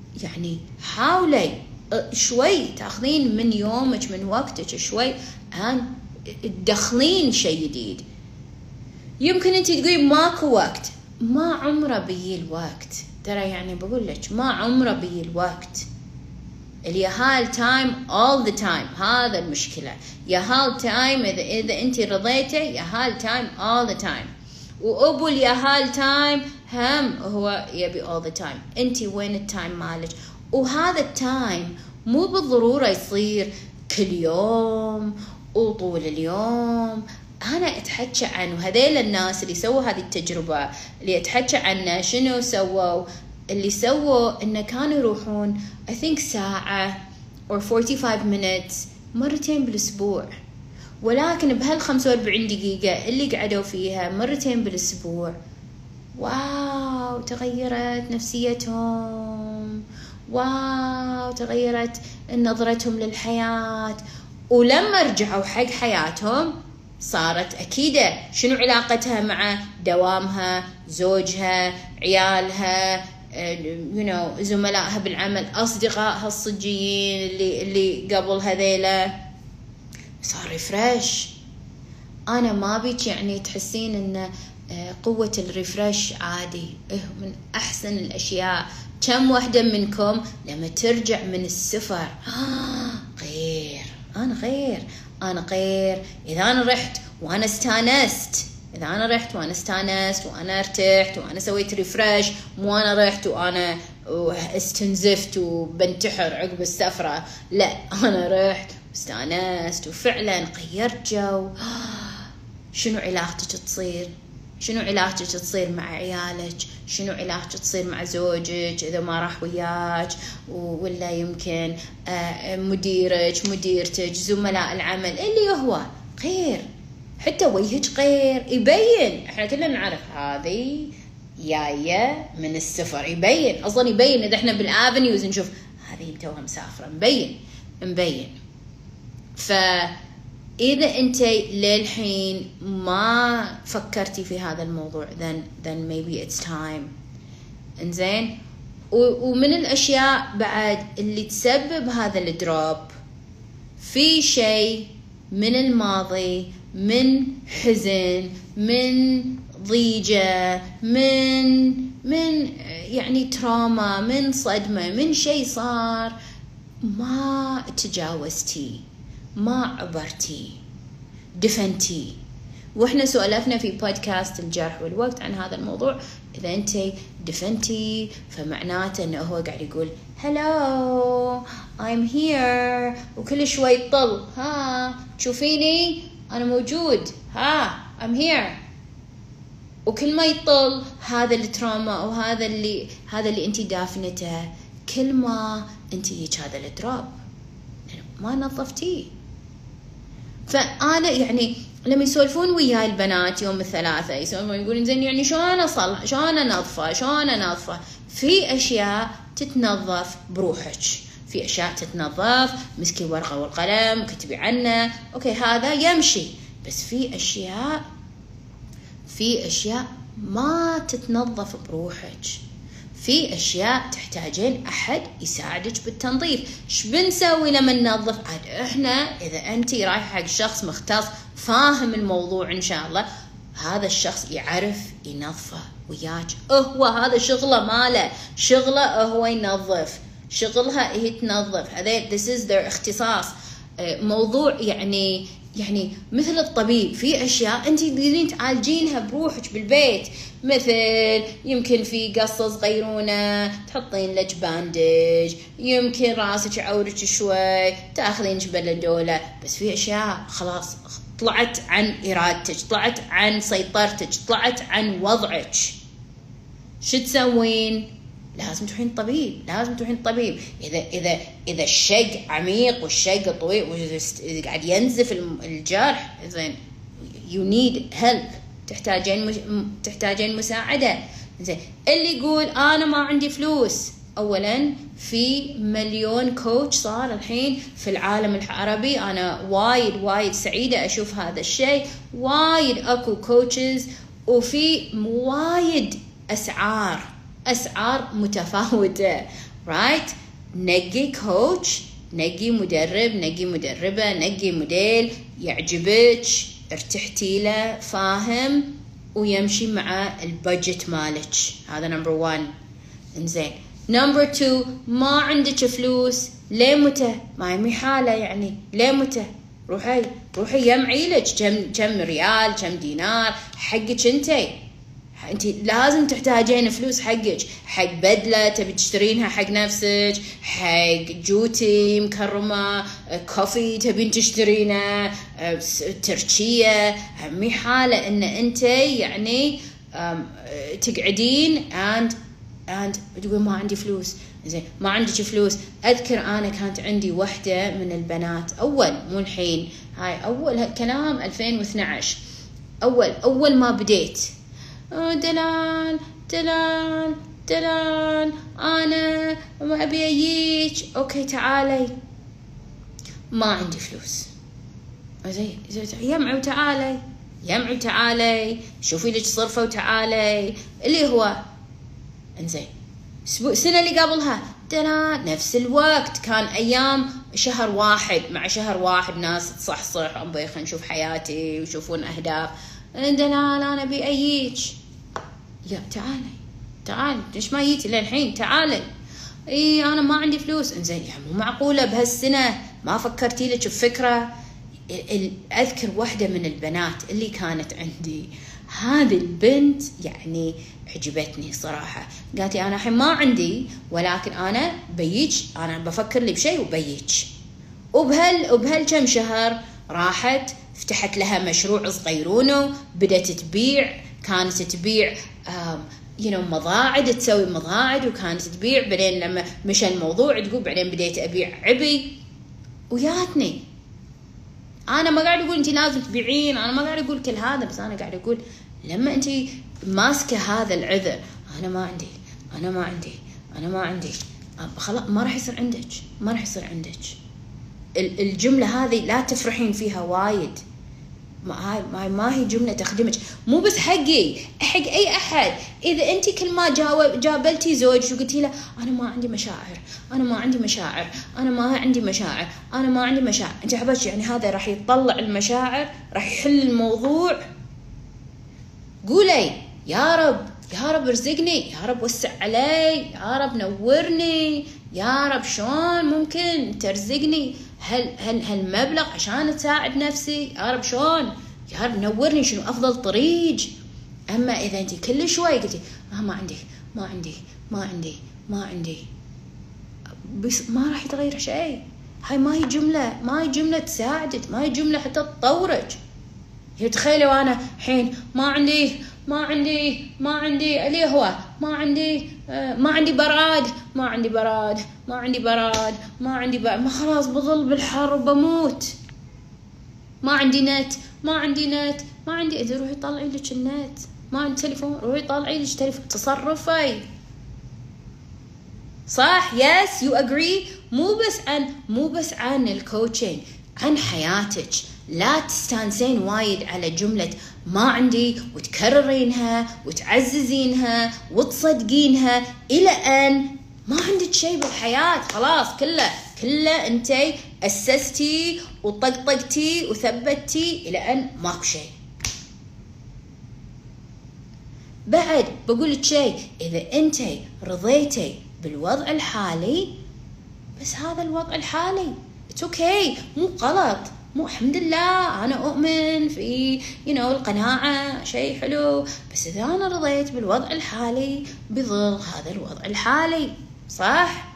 حاولي شوي تاخذين من يومك من وقتك شوي تدخلين شيء جديد. يمكن انت تقولين ماكو وقت، ما عمره بيجي الوقت، ترى بقول لك ما عمره بيجي الوقت. اليهال تايم all the time، هذا المشكلة. يهال تايم إذا انت رضيته، يهال تايم all the time. وأبو اليهال تايم هم هو يبي all the time. انت وين التايم مالك؟ وهذا التايم مو بالضرورة يصير كل يوم وطول اليوم. أنا أتحكى عن هذيل الناس اللي سووا هذه التجربة، اللي أتحكى عنه شنو سووا. اللي سووا إنه كانوا يروحون I think ساعة or 45 minutes مرتين بالأسبوع، ولكن بهال45 دقيقة اللي قعدوا فيها مرتين بالأسبوع، واو تغيرت نفسيتهم، واو تغيرت نظرتهم للحياة. ولما رجعوا حق حياتهم صارت أكيدة شنو علاقتها مع دوامها، زوجها، عيالها، زملائها بالعمل، أصدقائها الصجيين اللي قبل هذيلا، صار ريفرش. أنا ما بيك يعني تحسين إن قوة الريفرش عادي من أحسن الأشياء. كم واحدة منكم لما ترجع من السفر غير، أنا غير إذا أنا رحت وأنا استانست، وأنا ارتحت وأنا سويت ريفرش، مو أنا رحت وأنا استنزفت وبنتحر عقب السفرة. لا، أنا رحت واستانست وفعلا غيرت جو. شنو علاقتك تصير مع عيالك؟ شنو علاقتك تصير مع زوجك إذا ما راح وياك؟ ولا يمكن مديرك، مديرتك، زملاء العمل، اللي هو غير، حتى وجهك غير، يبين. احنا كلنا نعرف هذه جاية من السفر، يبين أصلا، يبين إذا احنا بالآفنيوز نشوف هذه توها مسافرة، مبين. فإذا أنت للحين ما فكرتي في هذا الموضوع then maybe it's time. إنزين، ومن الأشياء بعد اللي تسبب هذا الدروب في شيء من الماضي، من حزن، من ضيجة، من يعني تراما، من صدمة، من شيء صار ما تجاوزتي، ما عبرتي، دفنتي. واحنا سولفنا في بودكاست الجرح والوقت عن هذا الموضوع. اذا انت دفنتي فمعناته انه هو قاعد يقول hello I'm here، وكل شوي يطل، ها تشوفيني انا موجود، ها I'm here. وكل ما يطل هذا التراما او هذا اللي انت دافنته، كل ما انت هيك هذا الدروب ما نظفتيه. فانا يعني لما يسولفون وياي البنات يوم الثلاثاء، يقولون زين يعني شلون انظفه. في اشياء تتنظف بروحك، في اشياء تتنظف مسكي ورقه والقلم وكتبي عنه، اوكي هذا يمشي. بس في اشياء ما تتنظف بروحك، في اشياء تحتاجين احد يساعدك بالتنظيف. ايش بنسوي لما ننظف؟ عاد احنا اذا انت رايحه حق شخص مختص فاهم الموضوع ان شاء الله، هذا الشخص يعرف ينظفه وياك، هو هذا شغله ماله، شغله هو ينظف، شغلها هي تنظف، هذا this is their اختصاص. موضوع يعني مثل الطبيب، في اشياء انت تقدرين تعالجينها بروحك بالبيت، مثل يمكن في قصة صغيرونة تحطين لك باندج، يمكن راسك يعورك شوي تاخذين بلندولة. بس في اشياء خلاص طلعت عن ارادتك، طلعت عن سيطرتك، طلعت عن وضعك، شو تسوين؟ لازم تروحين طبيب. اذا الشق عميق والشق طويل وقاعد ينزف الجرح، زين you need help، تحتاجين مساعدة. زين، اللي يقول انا ما عندي فلوس، اولا في مليون كوتش صار الحين في العالم العربي، انا وايد سعيدة اشوف هذا الشيء، وايد اكو كوتشز، وفي وايد اسعار متفاوتة، رايت؟ نقي كوتش، نقي مدرب، نقي مدربة، نقي موديل يعجبك، ارتحتي له، فاهم، ويمشي مع البادجت مالك. هذا نمبر 1. انزين، نمبر 2، ما عندك فلوس، ليه متى؟ ما هي حالة يعني، ليه متى؟ روحي يمعي لك كم ريال، كم دينار حقك انت لازم تحتاجين فلوس حقك، حق بدلة تبي تشترينها حق نفسك، حق جوتي مكرمة، كوفي تبين تشترينه، تركية. مي حالة ان انت يعني تقعدين and تقول ما عندي فلوس. زين، ما عندك فلوس. اذكر انا كانت عندي وحدة من البنات، اول مو الحين، هاي اول كلام 2012، اول ما بديت، دلال انا ما ابي اجيك، اوكي تعالي، ما عندي فلوس. زين يمعوا تعالي، شوفي لك صرفه وتعالي، اللي هو انزين السنة اللي قبلها دلال نفس الوقت، كان أيام شهر واحد، مع شهر واحد ناس تصحصح أبي خلينا نشوف حياتي ويشوفون أهداف. دلال أنا بأييك، يا تعالي ليش ما جيتي للحين؟ تعالي. اي انا ما عندي فلوس. انزين يعني مو معقوله بهالسنه ما فكرتي لك بفكره؟ اذكر واحده من البنات اللي كانت عندي، هذه البنت يعني عجبتني صراحه، قالت لي انا الحين ما عندي ولكن انا بيج، انا بفكر لي بشيء وبيج. وبهال كم شهر راحت فتحت لها مشروع صغيرونه، بدأت تبيع، كانت تبيع مضاعد، تسوي مضاعد وكانت تبيع. بعدين لما مشى الموضوع تقول بعدين بديت أبيع عبي وياتني. أنا ما قاعد أقول أنت لازم تبيعين، أنا ما قاعد أقول كل هذا، بس أنا قاعد أقول لما أنت ماسكة هذا العذر، أنا ما عندي خلاص ما راح يصير عندك. الجملة هذه لا تفرحين فيها وايد. ما هي جملة تخدمك، مو بس حقي، حق أي أحد. إذا أنت كل ما جابلتي زوج وقلتي له أنا ما عندي مشاعر، أنت حبيتي يعني هذا راح يطلع المشاعر، راح يحل الموضوع. قولي يا رب ارزقني، يا رب وسع علي، يا رب نورني، يا رب شلون ممكن ترزقني هالمبلغ عشان تساعد نفسي، يا رب شلون، يا رب نورني شنو أفضل طريق. أما إذا أنت كل شوي قلتي ما عندي بس ما راح يتغير شيء. هاي ما هي جملة تساعدك، ما هي جملة حتى تطورك. تخيلوا أنا حين ما عندي اللي هو ما عندي براد، ما خلاص بظل بالحر وبموت. ما عندي نت، إذا روحي طلعي لك النت. ما عندي تليفون، روحي طلعي لك تليفون، تصرفي صح. يس يو اجري. مو بس عن الكوتشنج، عن حياتك. لا تستانسين وايد على جملة ما عندي وتكررينها وتعززينها وتصدقينها إلى أن ما عندك شيء بالحياة. خلاص كله أنتي أسستي وطقطقتي وثبتي إلى أن ماكو شيء. بعد بقولك شيء، إذا أنتي رضيتي بالوضع الحالي، بس هذا الوضع الحالي it's okay، مو غلط، مو الحمد لله أنا أؤمن في القناعة شيء حلو، بس إذا أنا رضيت بالوضع الحالي بظل هذا الوضع الحالي صح.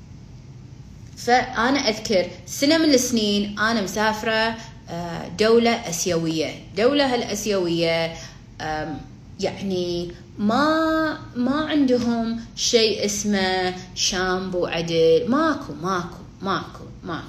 فأنا أذكر سنة من السنين أنا مسافرة دولة أسيوية. دولة هالأسيوية يعني ما عندهم شيء اسمه شامبو عدل، ماكو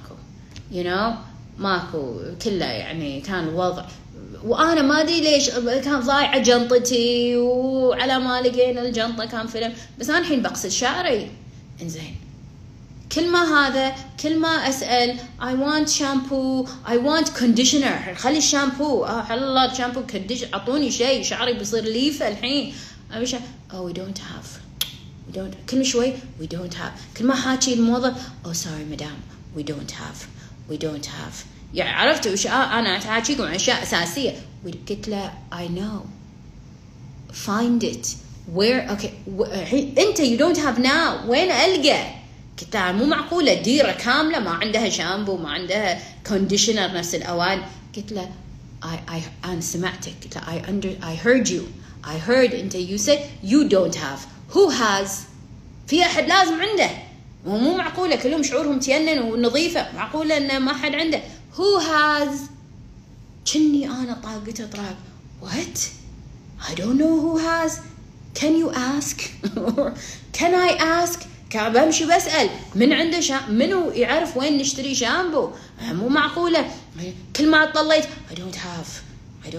ماكو كله. يعني كان وضع، وانا ما ادري ليش كان ضايعه جنطتي، وعلى ما لقينا الجنطه كان فيلم. بس انا الحين بغسل شعري، انزين كل ما اسال I want shampoo, I want conditioner، خلي الشامبو حل الله شامبو كونديشنر، اعطوني شيء شعري بيصير ليفه الحين. we don't have كل شوي we don't have. كل ما حاكي الموظف sorry madam we don't have. يعني عرفتوا وش انا اتحاكيكم عن اشياء اساسيه. قلت له I know, find it where. okay انت you don't have now، وين القى؟ قلت له مو معقوله ديره كامله ما عندها شامبو ما عندها كونديشنر نفس الاوان. قلت له انا سمعتك. قلت له I heard you. I heard انت you said you don't have. who has؟ في احد لازم عنده، ومو معقوله كلهم شعورهم تينن ونظيفه، معقوله ان ما حد عنده. who has؟ كني انا طاقت اطراق. what؟ I don't know who has. can you ask؟ can I ask؟ كان بمشي بسأل من عنده منو يعرف وين نشتري شامبو. مو معقولة كل ما طليت I don't have.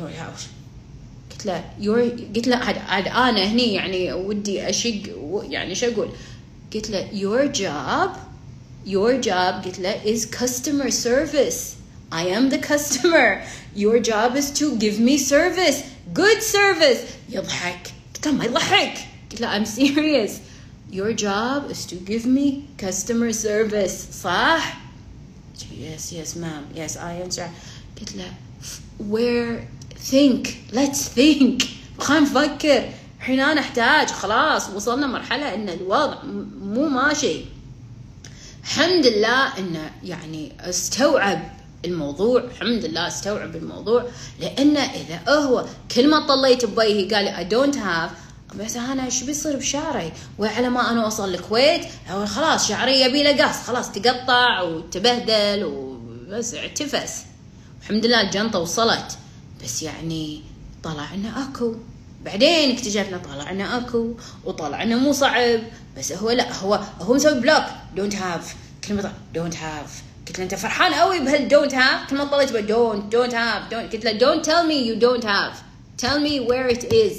قلت له عاد أنا هني يعني ودي أشق، يعني شو أقول؟ قلت له your job قلت له is customer service. I am the customer. Your job is to give me service, good service. يضحك. قلت له ما يضحك. قلت له I'm serious. your job is to give me customer service. صح؟ yes ma'am, yes I answer. قلت له let's think. خلينا نفكر. الحين أنا أحتاج، خلاص وصلنا مرحلة إن الوضع مو ماشي. الحمد لله إنه يعني استوعب الموضوع، لأنه إذا هو كل ما طليت بوجهي قال لي I don't have، بس أنا شو بيصير بشعري؟ وعلى ما أنا أوصل الكويت هو خلاص شعري يبي له قص، خلاص تقطع وتبهدل وبس اعتفس. الحمد لله الجنطة وصلت، بس يعني طلع إنه أكو. بعدين اكتشفنا طلع إنه أكو، وطلع إنه مو صعب، بس هو لا هو مسوي بلوك. don't have كلمة don't have. قلت له أنت فرحان قوي بهال don't have؟ كل ما طلعت don't have don't. قلت له don't tell me you don't have, tell me where it is.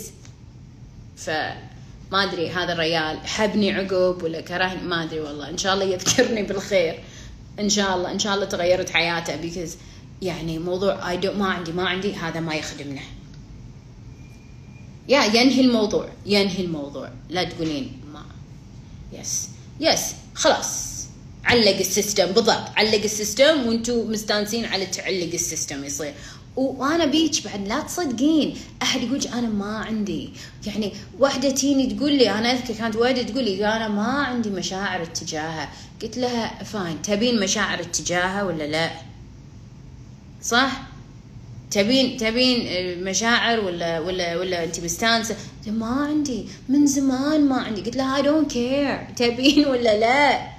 فما أدري هذا الرجال حبني عقب ولا كرهني، ما أدري والله. إن شاء الله يذكرني بالخير، إن شاء الله تغيرت حياته. because يعني موضوع ما عندي هذا ما يخدمنا. ينهي الموضوع. لا تقولين ما يس خلاص علق السيستم. بالضبط، علق السيستم وانتو مستانسين على تعلق السيستم يصير. وانا بيج بعد لا تصدقين احد يقول انا ما عندي. يعني واحده تيني تقول لي، انا اذكر كانت واحده تقول لي انا ما عندي مشاعر اتجاهها. قلت لها فاين، تبين مشاعر اتجاهها ولا لا؟ صح؟ تبين مشاعر ولا انت مستانسه؟ ما عندي من زمان ما عندي. قلت لها I don't care، تبين ولا لا؟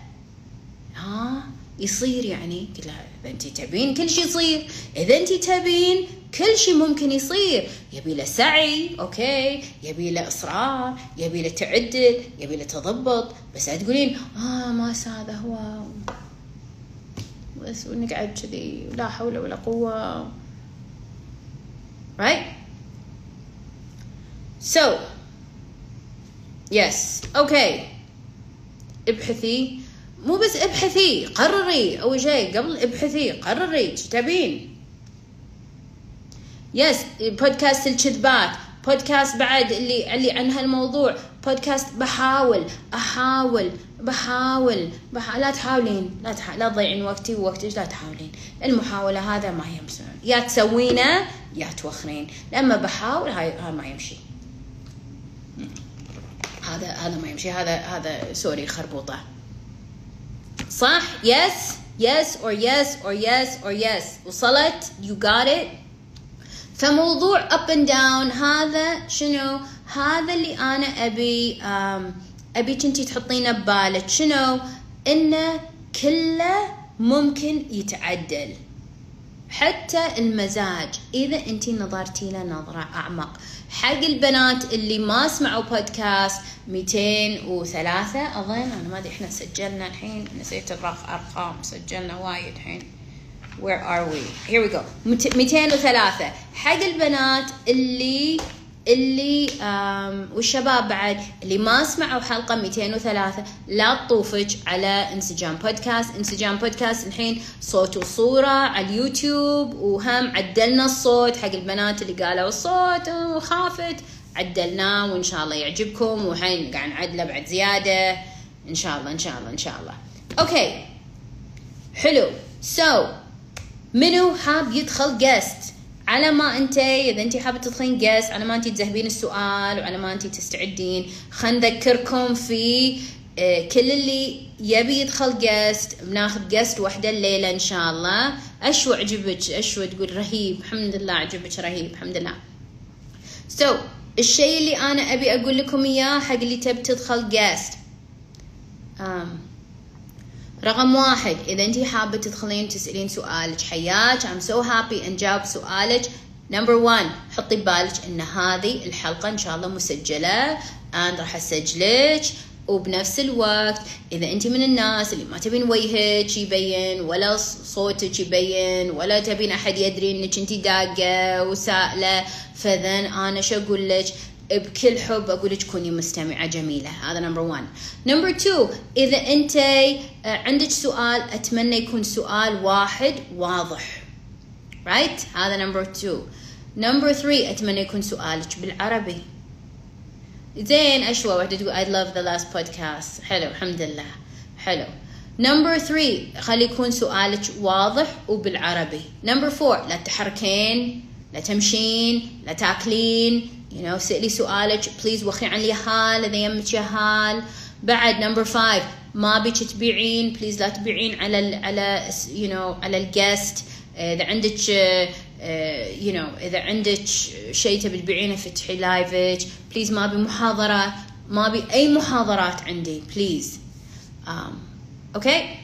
يصير يعني. قلت لها اذا انت تبين كل شيء يصير، اذا انت تبين كل شيء ممكن يصير. يبي له سعي، اوكي، يبي له اصرار، يبي له تعدل، يبي له تضبط. بس لا تقولين ما هذا هو بس ونقعد كذي لا حول ولا قوه. right so yes okay. ابحثي، مو بس ابحثي، قرري. اول شيء قبل ابحثي قرري ايش تبين. يس بودكاست الكذبات، بودكاست بعد اللي عن هالموضوع، بودكاست بحاول لا تحاولين، لا تضيعين وقتي ووقتك، لا تحاولين. المحاولة هذا ما يمشي، يا تسوينه يا توخرين. لما بحاول هاي ما يمشي، هذا ما يمشي، هذا سوري خربوطة. صح؟ yes or yes. وصلت؟ you got it. فموضوع up and down هذا شنو؟ هذا اللي أنا أبي كنتي تحطينه ببالك. شنو؟ إنه كله ممكن يتعدل، حتى المزاج إذا أنتي نظرتي له نظرة أعمق. حق البنات اللي ما سمعوا بودكاست 203 أظن، أنا ما أدري إحنا سجلنا الحين، نسيت الأرقام، سجلنا وايد الحين. Where are we? Here we go. 203 حق البنات اللي والشباب بعد اللي ما سمعوا حلقة 203. لا تطوفج على انسجام بودكاست الحين صوت وصورة على اليوتيوب، وهم عدلنا الصوت حق البنات اللي قالوا الصوت وخافت، عدلناه وإن شاء الله يعجبكم، وحين قاعد نعدله بعد زيادة إن شاء الله. أوكي حلو. so منو حاب يدخل guest؟ على ما إذا أنت حابة تدخلين guest، على ما أنت تذهبين السؤال وعلى ما أنت تستعدين، خلنا نذكركم في كل اللي يبي يدخل guest بناخذ guest واحدة الليلة إن شاء الله. أشو عجبك؟ أشو تقول رهيب؟ الحمد لله عجبك رهيب، الحمد لله. so الشيء اللي أنا أبي أقول لكم إياه حق اللي تبي تدخل guest، رقم 1 إذا أنتي حابة تدخلين تسألين سؤالك، حياك I'm so happy أن جاوب سؤالك. number 1 حطي ببالك إن هذه الحلقة إن شاء الله مسجلة، أنا راح أسجلك. وبنفس الوقت إذا أنتي من الناس اللي ما تبين وجهك يبين ولا صوتك يبين ولا تبين أحد يدري إنك أنتي داقة وسائلة، فذن أنا شو أقول لك؟ بكل حب أقولك كوني مستمعة جميلة. هذا number 1. number 2 إذا أنت عندك سؤال أتمنى يكون سؤال واحد واضح، right؟ هذا number 2. number 3 أتمنى يكون سؤالك بالعربي. زين أشوى واحدة تقول I love the last podcast. حلو الحمد لله. حلو. Number 3 خلي يكون سؤالك واضح وبالعربي. Number 4 لا تحركين، لا تمشين، لا تاكلين. سألي سؤالك please وخي عن اليهال إذا يمك يهال. بعد number 5 ما بيك تبيعين please لا تبيعين على الجست. إذا عندك إذا عندك شيء تبي تبيعينه فتحي لايفك please. ما بي محاضرة، ما بي أي محاضرات عندي please. أوكي.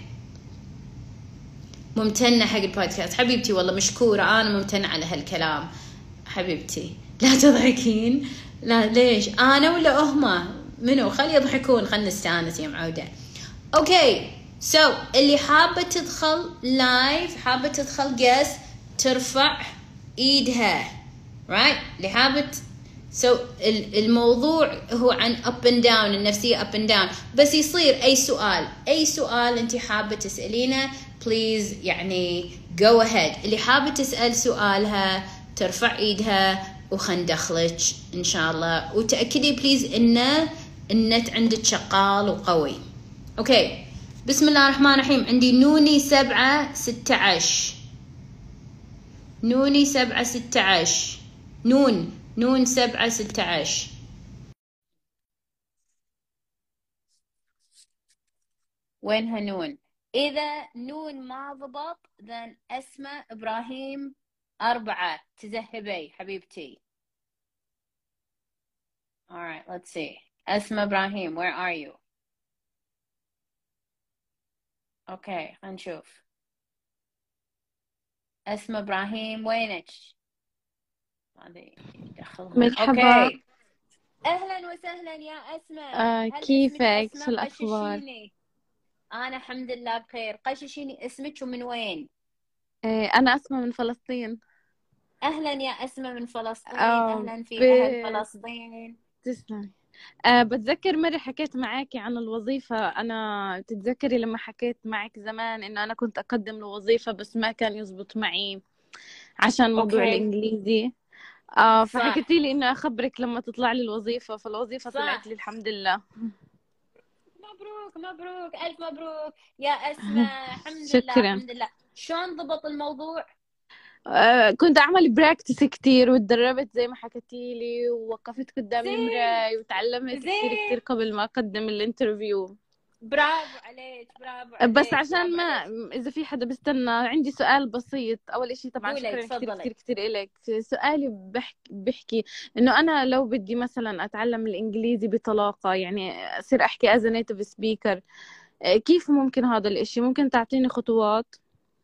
ممتنة حق البودكاست حبيبتي، والله مشكورة، أنا ممتنة على هالكلام حبيبتي. لا تضحكين. لا ليش أنا ولا أهما منو؟ خلي يضحكون، خلنا نستانس يا معودة. أوكي اللي حابة تدخل لايف، حابة تدخل جاست، ترفع إيدها right. اللي حابة الموضوع هو عن up and down، النفسية up and down. بس يصير أي سؤال أنت حابة تسألينه please go ahead. اللي حابة تسأل سؤالها ترفع إيدها وخندخلك إن شاء الله. وتأكدي please إن النت عندك شغال وقوي. أوكي بسم الله الرحمن الرحيم. عندي نوني 7-16 نوني 7-16 نون 7-16. وينها نون؟ إذا نون ما ضبط then أسماء إبراهيم 4 تذهبي حبيبتي. alright let's see. أسماء إبراهيم where are you؟ اوكي خلينا نشوف. أسماء إبراهيم وينك؟ هذه دخلها. مرحبا. اوكي اهلا وسهلا يا أسماء. كيفك؟ شو الأخبار؟ أنا الحمد لله بخير. قششيني اسمك ومن وين؟ أنا أسماء من فلسطين. أهلا يا أسماء من فلسطين. أهلا في أهل فلسطين. تسلمي. بتذكر مرة حكيت معاكي عن الوظيفة. أنا تتذكري لما حكيت معك زمان إنه أنا كنت أقدم لوظيفة بس ما كان يزبط معي عشان موضوع الإنجليزي. فحكيتي لي إنه أخبرك لما تطلع لي الوظيفة، فالوظيفة طلعت لي الحمد لله. مبروك ألف مبروك يا أسماء. الحمد شكرا. لله الحمد لله. شلون ضبط الموضوع؟ كنت أعمل براكتس كتير وتدربت زي ما حكيتي لي، ووقفت قدام المراية وتعلمت كتير قبل ما أقدم الانترفيو. برافو عليك برافو عليك. بس عشان ما إذا في حدا بستنى عندي سؤال بسيط. أول إشي طبعا شكرا كتير إلك. سؤالي بحكي إنه أنا لو بدي مثلا أتعلم الإنجليزي بطلاقة، يعني أصير أحكي as a native speaker، كيف ممكن هذا الإشي؟ ممكن تعطيني خطوات؟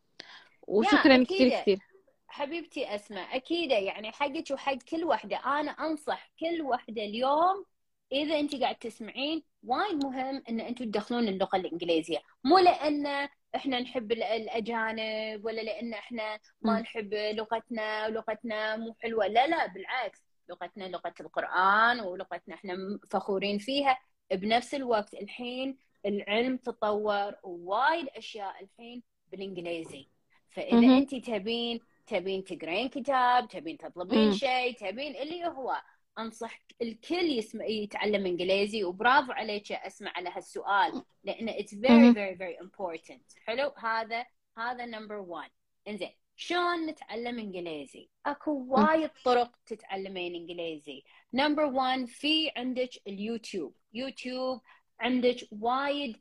وشكرا كتير حبيبتي أسماء. أكيد يعني حقك وحق كل وحدة. أنا أنصح كل وحدة اليوم إذا أنت قاعد تسمعين وايد مهم إن أنتوا تدخلون اللغة الإنجليزية. مو لأن إحنا نحب الأجانب ولا لأن إحنا ما نحب لغتنا ولغتنا مو حلوة. لا بالعكس، لغتنا لغة القرآن ولغتنا إحنا فخورين فيها. بنفس الوقت الحين العلم تطور ووايد أشياء الحين بالإنجليزي. فإذا أنت تبين تقرين كتاب، تبين تطلبين شيء، تبين اللي هو، أنصح الكل يتعلم إنجليزي. وبرافو عليك يا أسماء على هالسؤال، لأنه it's very very very important. حلو. هذا نمبر 1. إنزين شلون نتعلم إنجليزي؟ أكو وايد طرق تتعلمين إنجليزي. نمبر 1 في عندك اليوتيوب. عندك وايد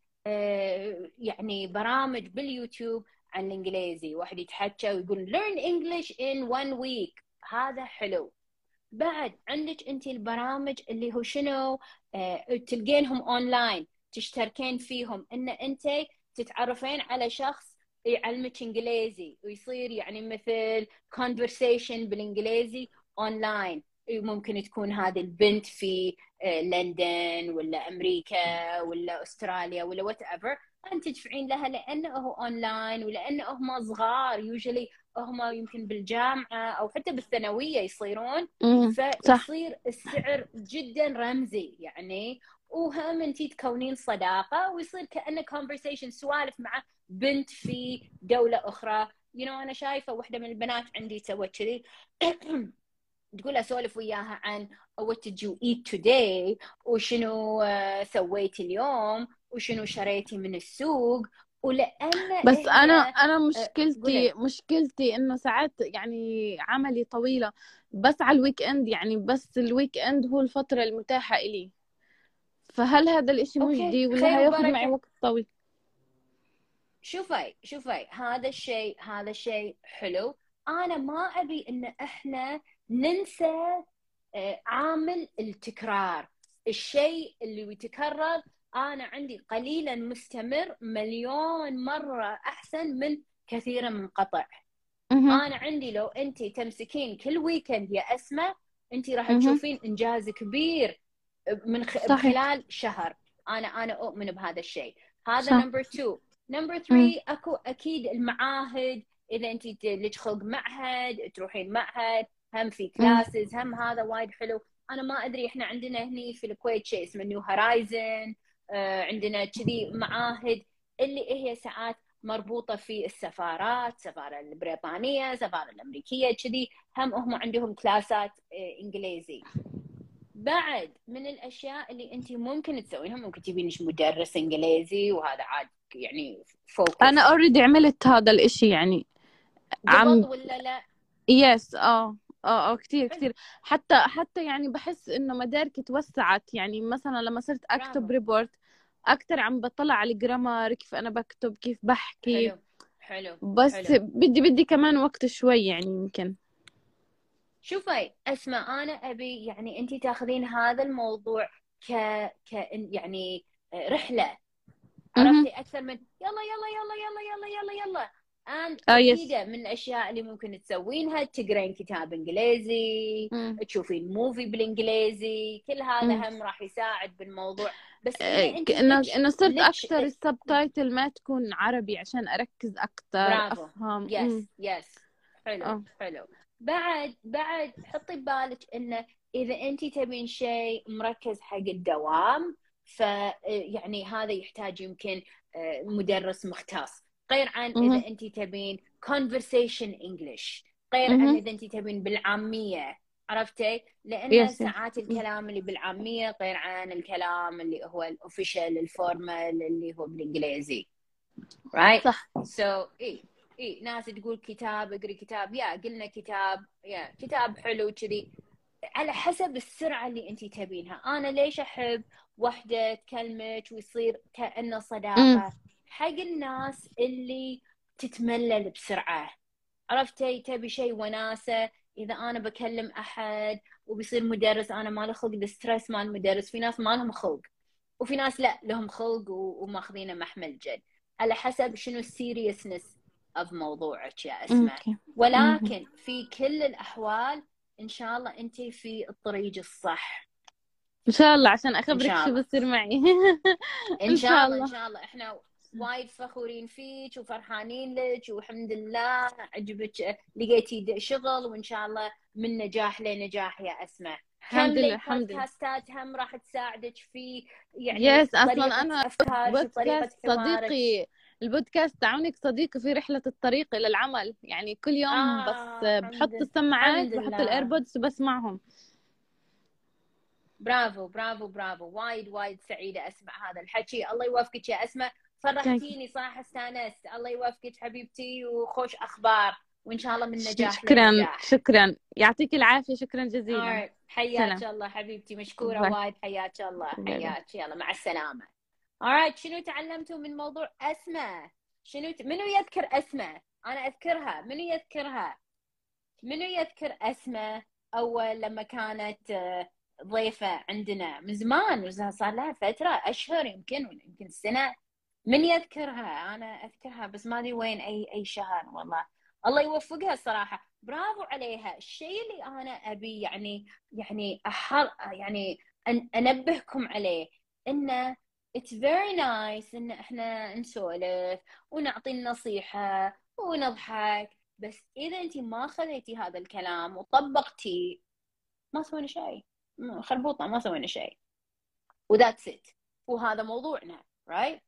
يعني برامج باليوتيوب عن الإنجليزي. واحد يتحكى ويقول learn English in 1 week. هذا حلو. بعد عندك أنت البرامج اللي هو شنو تلقينهم أونلاين، تشتركين فيهم، إن أنت تتعرفين على شخص يعلمك إنجليزي ويصير يعني مثل conversation بالإنجليزي أونلاين. ممكن تكون هذه البنت في لندن ولا أمريكا ولا أستراليا ولا whatever، أنت تدفعين لها لأنه هو أونلاين ولأنه هم صغار. يوجولي هم يمكن بالجامعة أو حتى بالثانوية يصيرون، فيصير السعر جدا رمزي يعني. وهم أنت تكونين صداقة ويصير كأنه conversation، سوالف مع بنت في دولة أخرى. أنا شايفة واحدة من البنات عندي سوت كذي تقول اسولف وياها عن what did you eat today وشنو سويتي اليوم وشنو شريتي من السوق. ولان بس هي انا قولي. مشكلتي انه ساعات يعني عملي طويلة بس على الويك اند، يعني بس الويك اند هو الفترة المتاحة إلي، فهل هذا الاشي اوكي مجدي ولا خير هياخد معي وبركة. وقت طويل؟ شوفي هذا الشيء حلو. انا ما ابي ان احنا ننسى عامل التكرار. الشيء اللي يتكرر انا عندي قليلا مستمر مليون مرة احسن من كثيرا منقطع. انا عندي لو انت تمسكين كل ويكند يا اسماء انت راح تشوفين انجاز كبير بخلال شهر. انا اؤمن بهذا الشيء. هذا نمبر 2. نمبر 3 اكو اكيد المعاهد. اذا انت لك خلق معهد تروحين معهد هم في كلاسز هم هذا وايد حلو. انا ما ادري احنا عندنا هني في الكويت شيء اسمه نيو هورايزن. عندنا كذي معاهد اللي هي ساعات مربوطه في السفارات، السفاره البريطانيه، السفاره الامريكيه كذي، هم عندهم كلاسات انجليزي. بعد من الاشياء اللي انت ممكن تسوينها ممكن تبين مدرس انجليزي وهذا عاد يعني فوكس. انا اوريدي عملت هذا الاشي يعني قبل ولا لا؟ يس كتير حتى يعني بحس انه مداركي توسعت، يعني مثلا لما صرت اكتب ريبورت اكتر عم بطلع على الجرامر، كيف انا بكتب، كيف بحكي. حلو بس حلو. بدي كمان وقت شوي يعني يمكن. شوفي اسماء انا ابي يعني انت تاخذين هذا الموضوع يعني رحله، عرفتي؟ اكثر من يلا يلا يلا يلا يلا يلا يلا. أكيدة من الأشياء اللي ممكن تسوينها تقرين كتاب إنجليزي، تشوفين موفي بالإنجليزي، كل هذا هم راح يساعد بالموضوع. بس إذا أنت إنه صرت أكثر السبتايتل ما تكون عربي عشان أركز أكثر أفهم. يس حلو. بعد حطي ببالك إنه إذا أنت تبين شيء مركز حق الدوام فيعني هذا يحتاج يمكن مدرس مختص، غير عن إذا أنت تبين conversation English، غير عن إذا أنت تبين بالعامية، عرفتي؟ لأن ساعات الكلام اللي بالعامية غير عن الكلام اللي هو الأوفيشال الفورمال اللي هو بالإنجليزي. right؟ صح. so إيه ناس تقول كتاب اقري كتاب، قلنا كتاب حلو كذي على حسب السرعة اللي أنت تبينها. أنا ليش أحب وحدة تكلمك ويصير كأنه صداقة؟ حق الناس اللي تتملل بسرعة، عرفتي؟ تبي شيء وناسة. إذا أنا بكلم أحد وبيصير مدرس أنا ما له خلق الستريس مال المدرس. في ناس ما لهم خلق وفي ناس لا لهم خلق وماخذينه محمل جد، على حسب شنو السيريسنس of موضوعك يا أسماء. ولكن في كل الأحوال إن شاء الله أنت في الطريق الصح إن شاء الله، عشان أخبرك شو بصير معي. إن شاء الله إحنا وايد فخورين فيك وفرحانين لك والحمد لله عجبك لقيتي شغل وإن شاء الله من نجاح لنجاح يا أسماء. الحمد لله. بودكاستات هم راح تساعدك في يعني يس أصلا أنا بودكاست صديقي البودكاست تعاونك صديقي في رحلة الطريق إلى العمل، يعني كل يوم بس بحط السماعات بحط الإيربودز وبسمعهم. برافو وايد سعيدة أسمع هذا الحكي. الله يوفقك يا أسماء، فرحتيني صراحة، استانست. الله يوفقك حبيبتي وخوش أخبار وإن شاء الله من نجاح لنجاح. شكرا يعطيك العافية، شكرا جزيلا. حياك الله حبيبتي، مشكورة وايد. حياك الله حياك. يلا مع السلامة. شنو تعلمتوا من موضوع أسماء؟ منو يذكر أسماء؟ أنا أذكرها. منو يذكر أسماء أول لما كانت ضيفة عندنا من زمان، صار لها فترة أشهر يمكن سنة. من يذكرها؟ أنا أذكرها بس ما أدري وين أي شهر. والله الله يوفقها الصراحة، برافو عليها. الشيء اللي أنا أبي يعني أنبهكم عليه إنه it's very nice إن إحنا نسولف ونعطي النصيحة ونضحك، بس إذا أنت ما خذيتي هذا الكلام وطبقتي ما سوينا شيء، خربوطة ما سوينا شيء. وذاتس ات. وهذا موضوعنا right.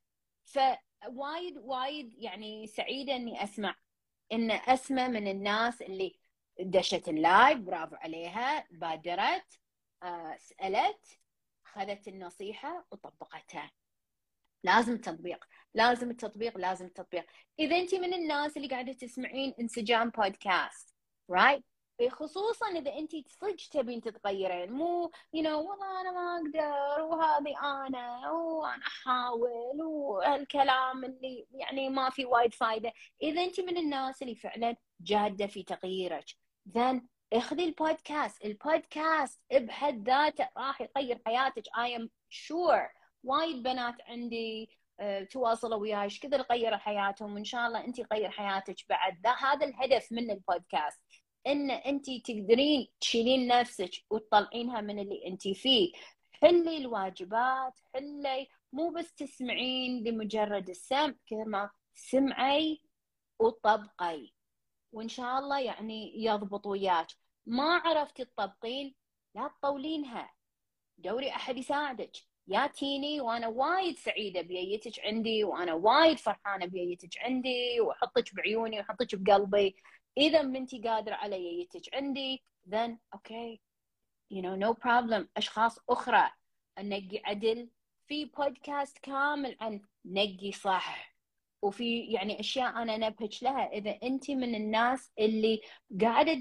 فوايد يعني سعيدة إني أسمع إن أسمع من الناس اللي دشت اللايف، برافو عليها، بادرت، سألت، خذت النصيحة وطبقتها. لازم تطبيق، لازم التطبيق، لازم التطبيق. إذا أنت من الناس اللي قاعدة تسمعين انسجام بودكاست رايت، خصوصا إذا أنت صدق تبين تتغيرين، مو والله أنا ما أقدر وهذه أنا وأنا أحاول وهالكلام اللي يعني ما في وايد فايدة. إذا أنت من الناس اللي فعلا جادة في تغييرك، then اخذي البودكاست. البودكاست بحد ذاته راح يغير حياتك. I am sure وايد بنات عندي تواصلوا وياي ايش كثر غير حياتهم، وان شاء الله انت غير حياتك بعد. هذا الهدف من البودكاست، ان انت تقدرين تشيلين نفسك وتطلعينها من اللي انت فيه. حلي الواجبات، حلي، مو بس تسمعين لمجرد السمع، كثر ما سمعي وطبقي، وان شاء الله يعني يضبط وياك. ما عرفتي تطبقين، لا تطولينها، دوري احد يساعدك. يا تيني وانا وايد سعيده بيتك عندي، وانا وايد فرحانه بيتك عندي، واحطك بعيوني واحطك بقلبي. اذا منتي قادره على يتك عندي then okay no problem. اشخاص اخرى، نقي عدل، في بودكاست كامل عن نقي صح، وفي يعني اشياء انا نبهج لها. اذا انت من الناس اللي قاعده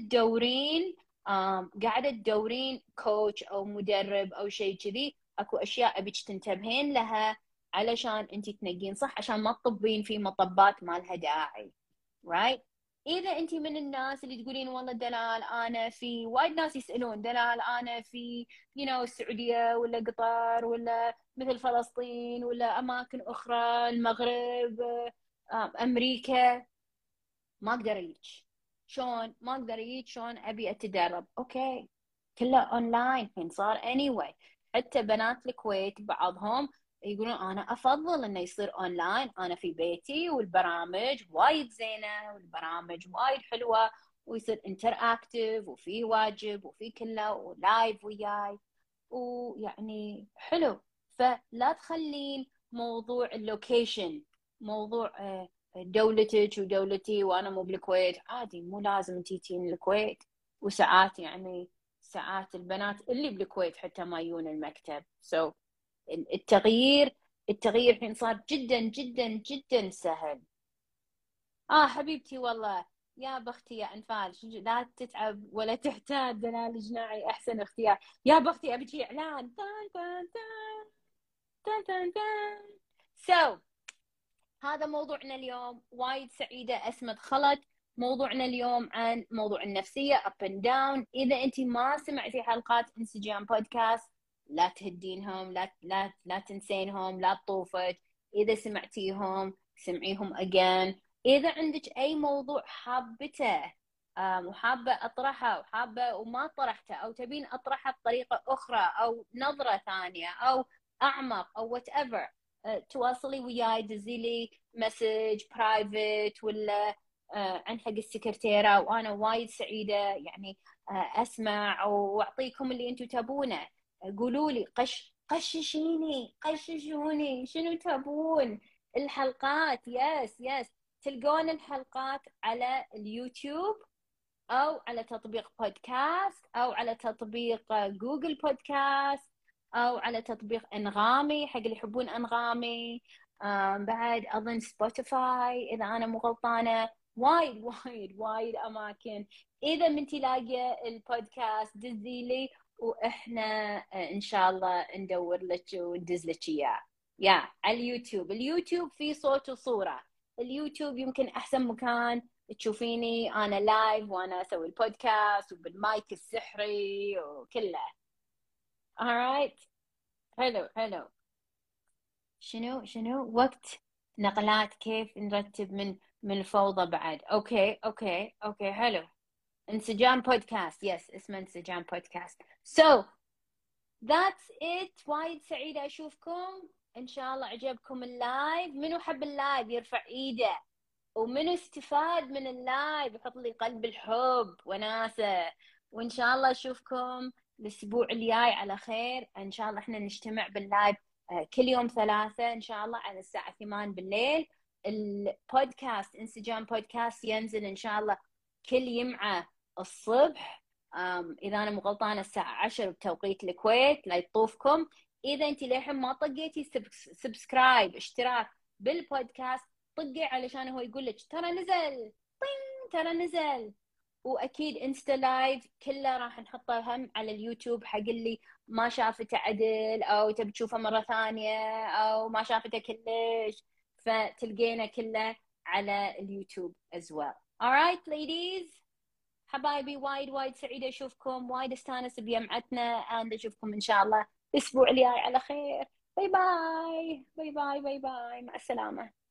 تدورين كوتش او مدرب او شيء كذي، اكو اشياء ابيك تنتبهين لها علشان انت تنقين صح، عشان ما تطبين في مطبات ما لها داعي right. اذا انت من الناس اللي تقولين والله دلال انا في، وايد ناس يسالون دلال انا في السعوديه ولا قطر ولا مثل فلسطين ولا اماكن اخرى، المغرب، امريكا، ما اقدر اجيك. شلون ما اقدر اجيك؟ شلون ابي اتدرب؟ اوكي كله اونلاين الحين صار anyway. حتى بنات الكويت بعضهم يقولون انا افضل انه يصير اونلاين، انا في بيتي والبرامج وايد زينه والبرامج وايد حلوه ويصير انتراكتيف وفي واجب وفي كله ولايف وياي ويعني حلو. فلا تخلين موضوع اللوكيشن موضوع دولتك ودولتي وانا مو بالكويت، عادي مو لازم انتي تجين الكويت. وساعات يعني ساعات البنات اللي بالكويت حتى ما يجون المكتب. so التغيير الحين صار جدا جدا جدا سهل. حبيبتي والله يا بختي يا انفال، لا تتعب ولا تحتاج، دلال الجناعي احسن اختيار. يا بختي ابي اعلان تان تان تان تان تان تان. so هذا موضوعنا اليوم. وايد سعيدة أسمة خلت. موضوعنا اليوم عن موضوع النفسية up and down. إذا أنت ما سمعتي حلقات انسجام بودكاست لا تهدينهم، لا تنسينهم، لا تطوفك. إذا سمعتيهم سمعيهم again. إذا عندك أي موضوع حابته وحابة أطرحه وحابة وما طرحته، أو تبين أطرحه بطريقة أخرى أو نظرة ثانية أو أعمق أو whatever، تواصلي وياي، دزي لي مسج برايفت ولا عن حق السكرتيرة، وانا وايد سعيده يعني اسمع واعطيكم اللي انتم تبونه. قولوا لي قششوني شنو تبون الحلقات. يس تلقون الحلقات على اليوتيوب او على تطبيق بودكاست او على تطبيق جوجل بودكاست او على تطبيق انغامي حق اللي يحبون انغامي. بعد اظن سبوتيفاي اذا انا مو غلطانه. وايد اماكن. اذا من تلاقي البودكاست دزي لي واحنا ان شاء الله ندور لك وندز لك اياه. على اليوتيوب في صوت وصوره. اليوتيوب يمكن احسن مكان تشوفيني انا لايف وانا اسوي البودكاست وبالمايك السحري وكله. alright حلو. شنو وقت نقلات، كيف نرتب من الفوضى بعد. اوكي حلو. انسجام بودكاست، اسمه انسجام بودكاست. so that's it. وايد سعيدة اشوفكم. ان شاء الله عجبكم اللايف. منو حب اللايف يرفع ايده، ومنو استفاد من اللايف يحط لي قلب الحب وناسة. وان شاء الله اشوفكم الاسبوع الجاي على خير. ان شاء الله احنا نجتمع باللايف كل يوم 3 ان شاء الله على الساعة 8 بالليل. البودكاست انسجام بودكاست ينزل ان شاء الله كل يمعة الصبح، اذا انا مو غلطانه الساعه 10 بتوقيت الكويت، لا يطوفكم. اذا انت للحين ما طقيتي سبسكرايب اشتراك بالبودكاست، طقي علشان هو يقول لك ترى نزل، ترى نزل. واكيد انستا لايف كله راح نحطه هم على اليوتيوب حق اللي ما شافته عدل او تبي تشوفه مره ثانيه او ما شافته كلش، فتلقينا كله على اليوتيوب as well. alright ladies، حبايبي وايد وايد سعيده اشوفكم، وايد استانس بجمعتنا، and اشوفكم ان شاء الله الاسبوع الجاي على خير. باي باي باي باي باي باي، مع السلامه.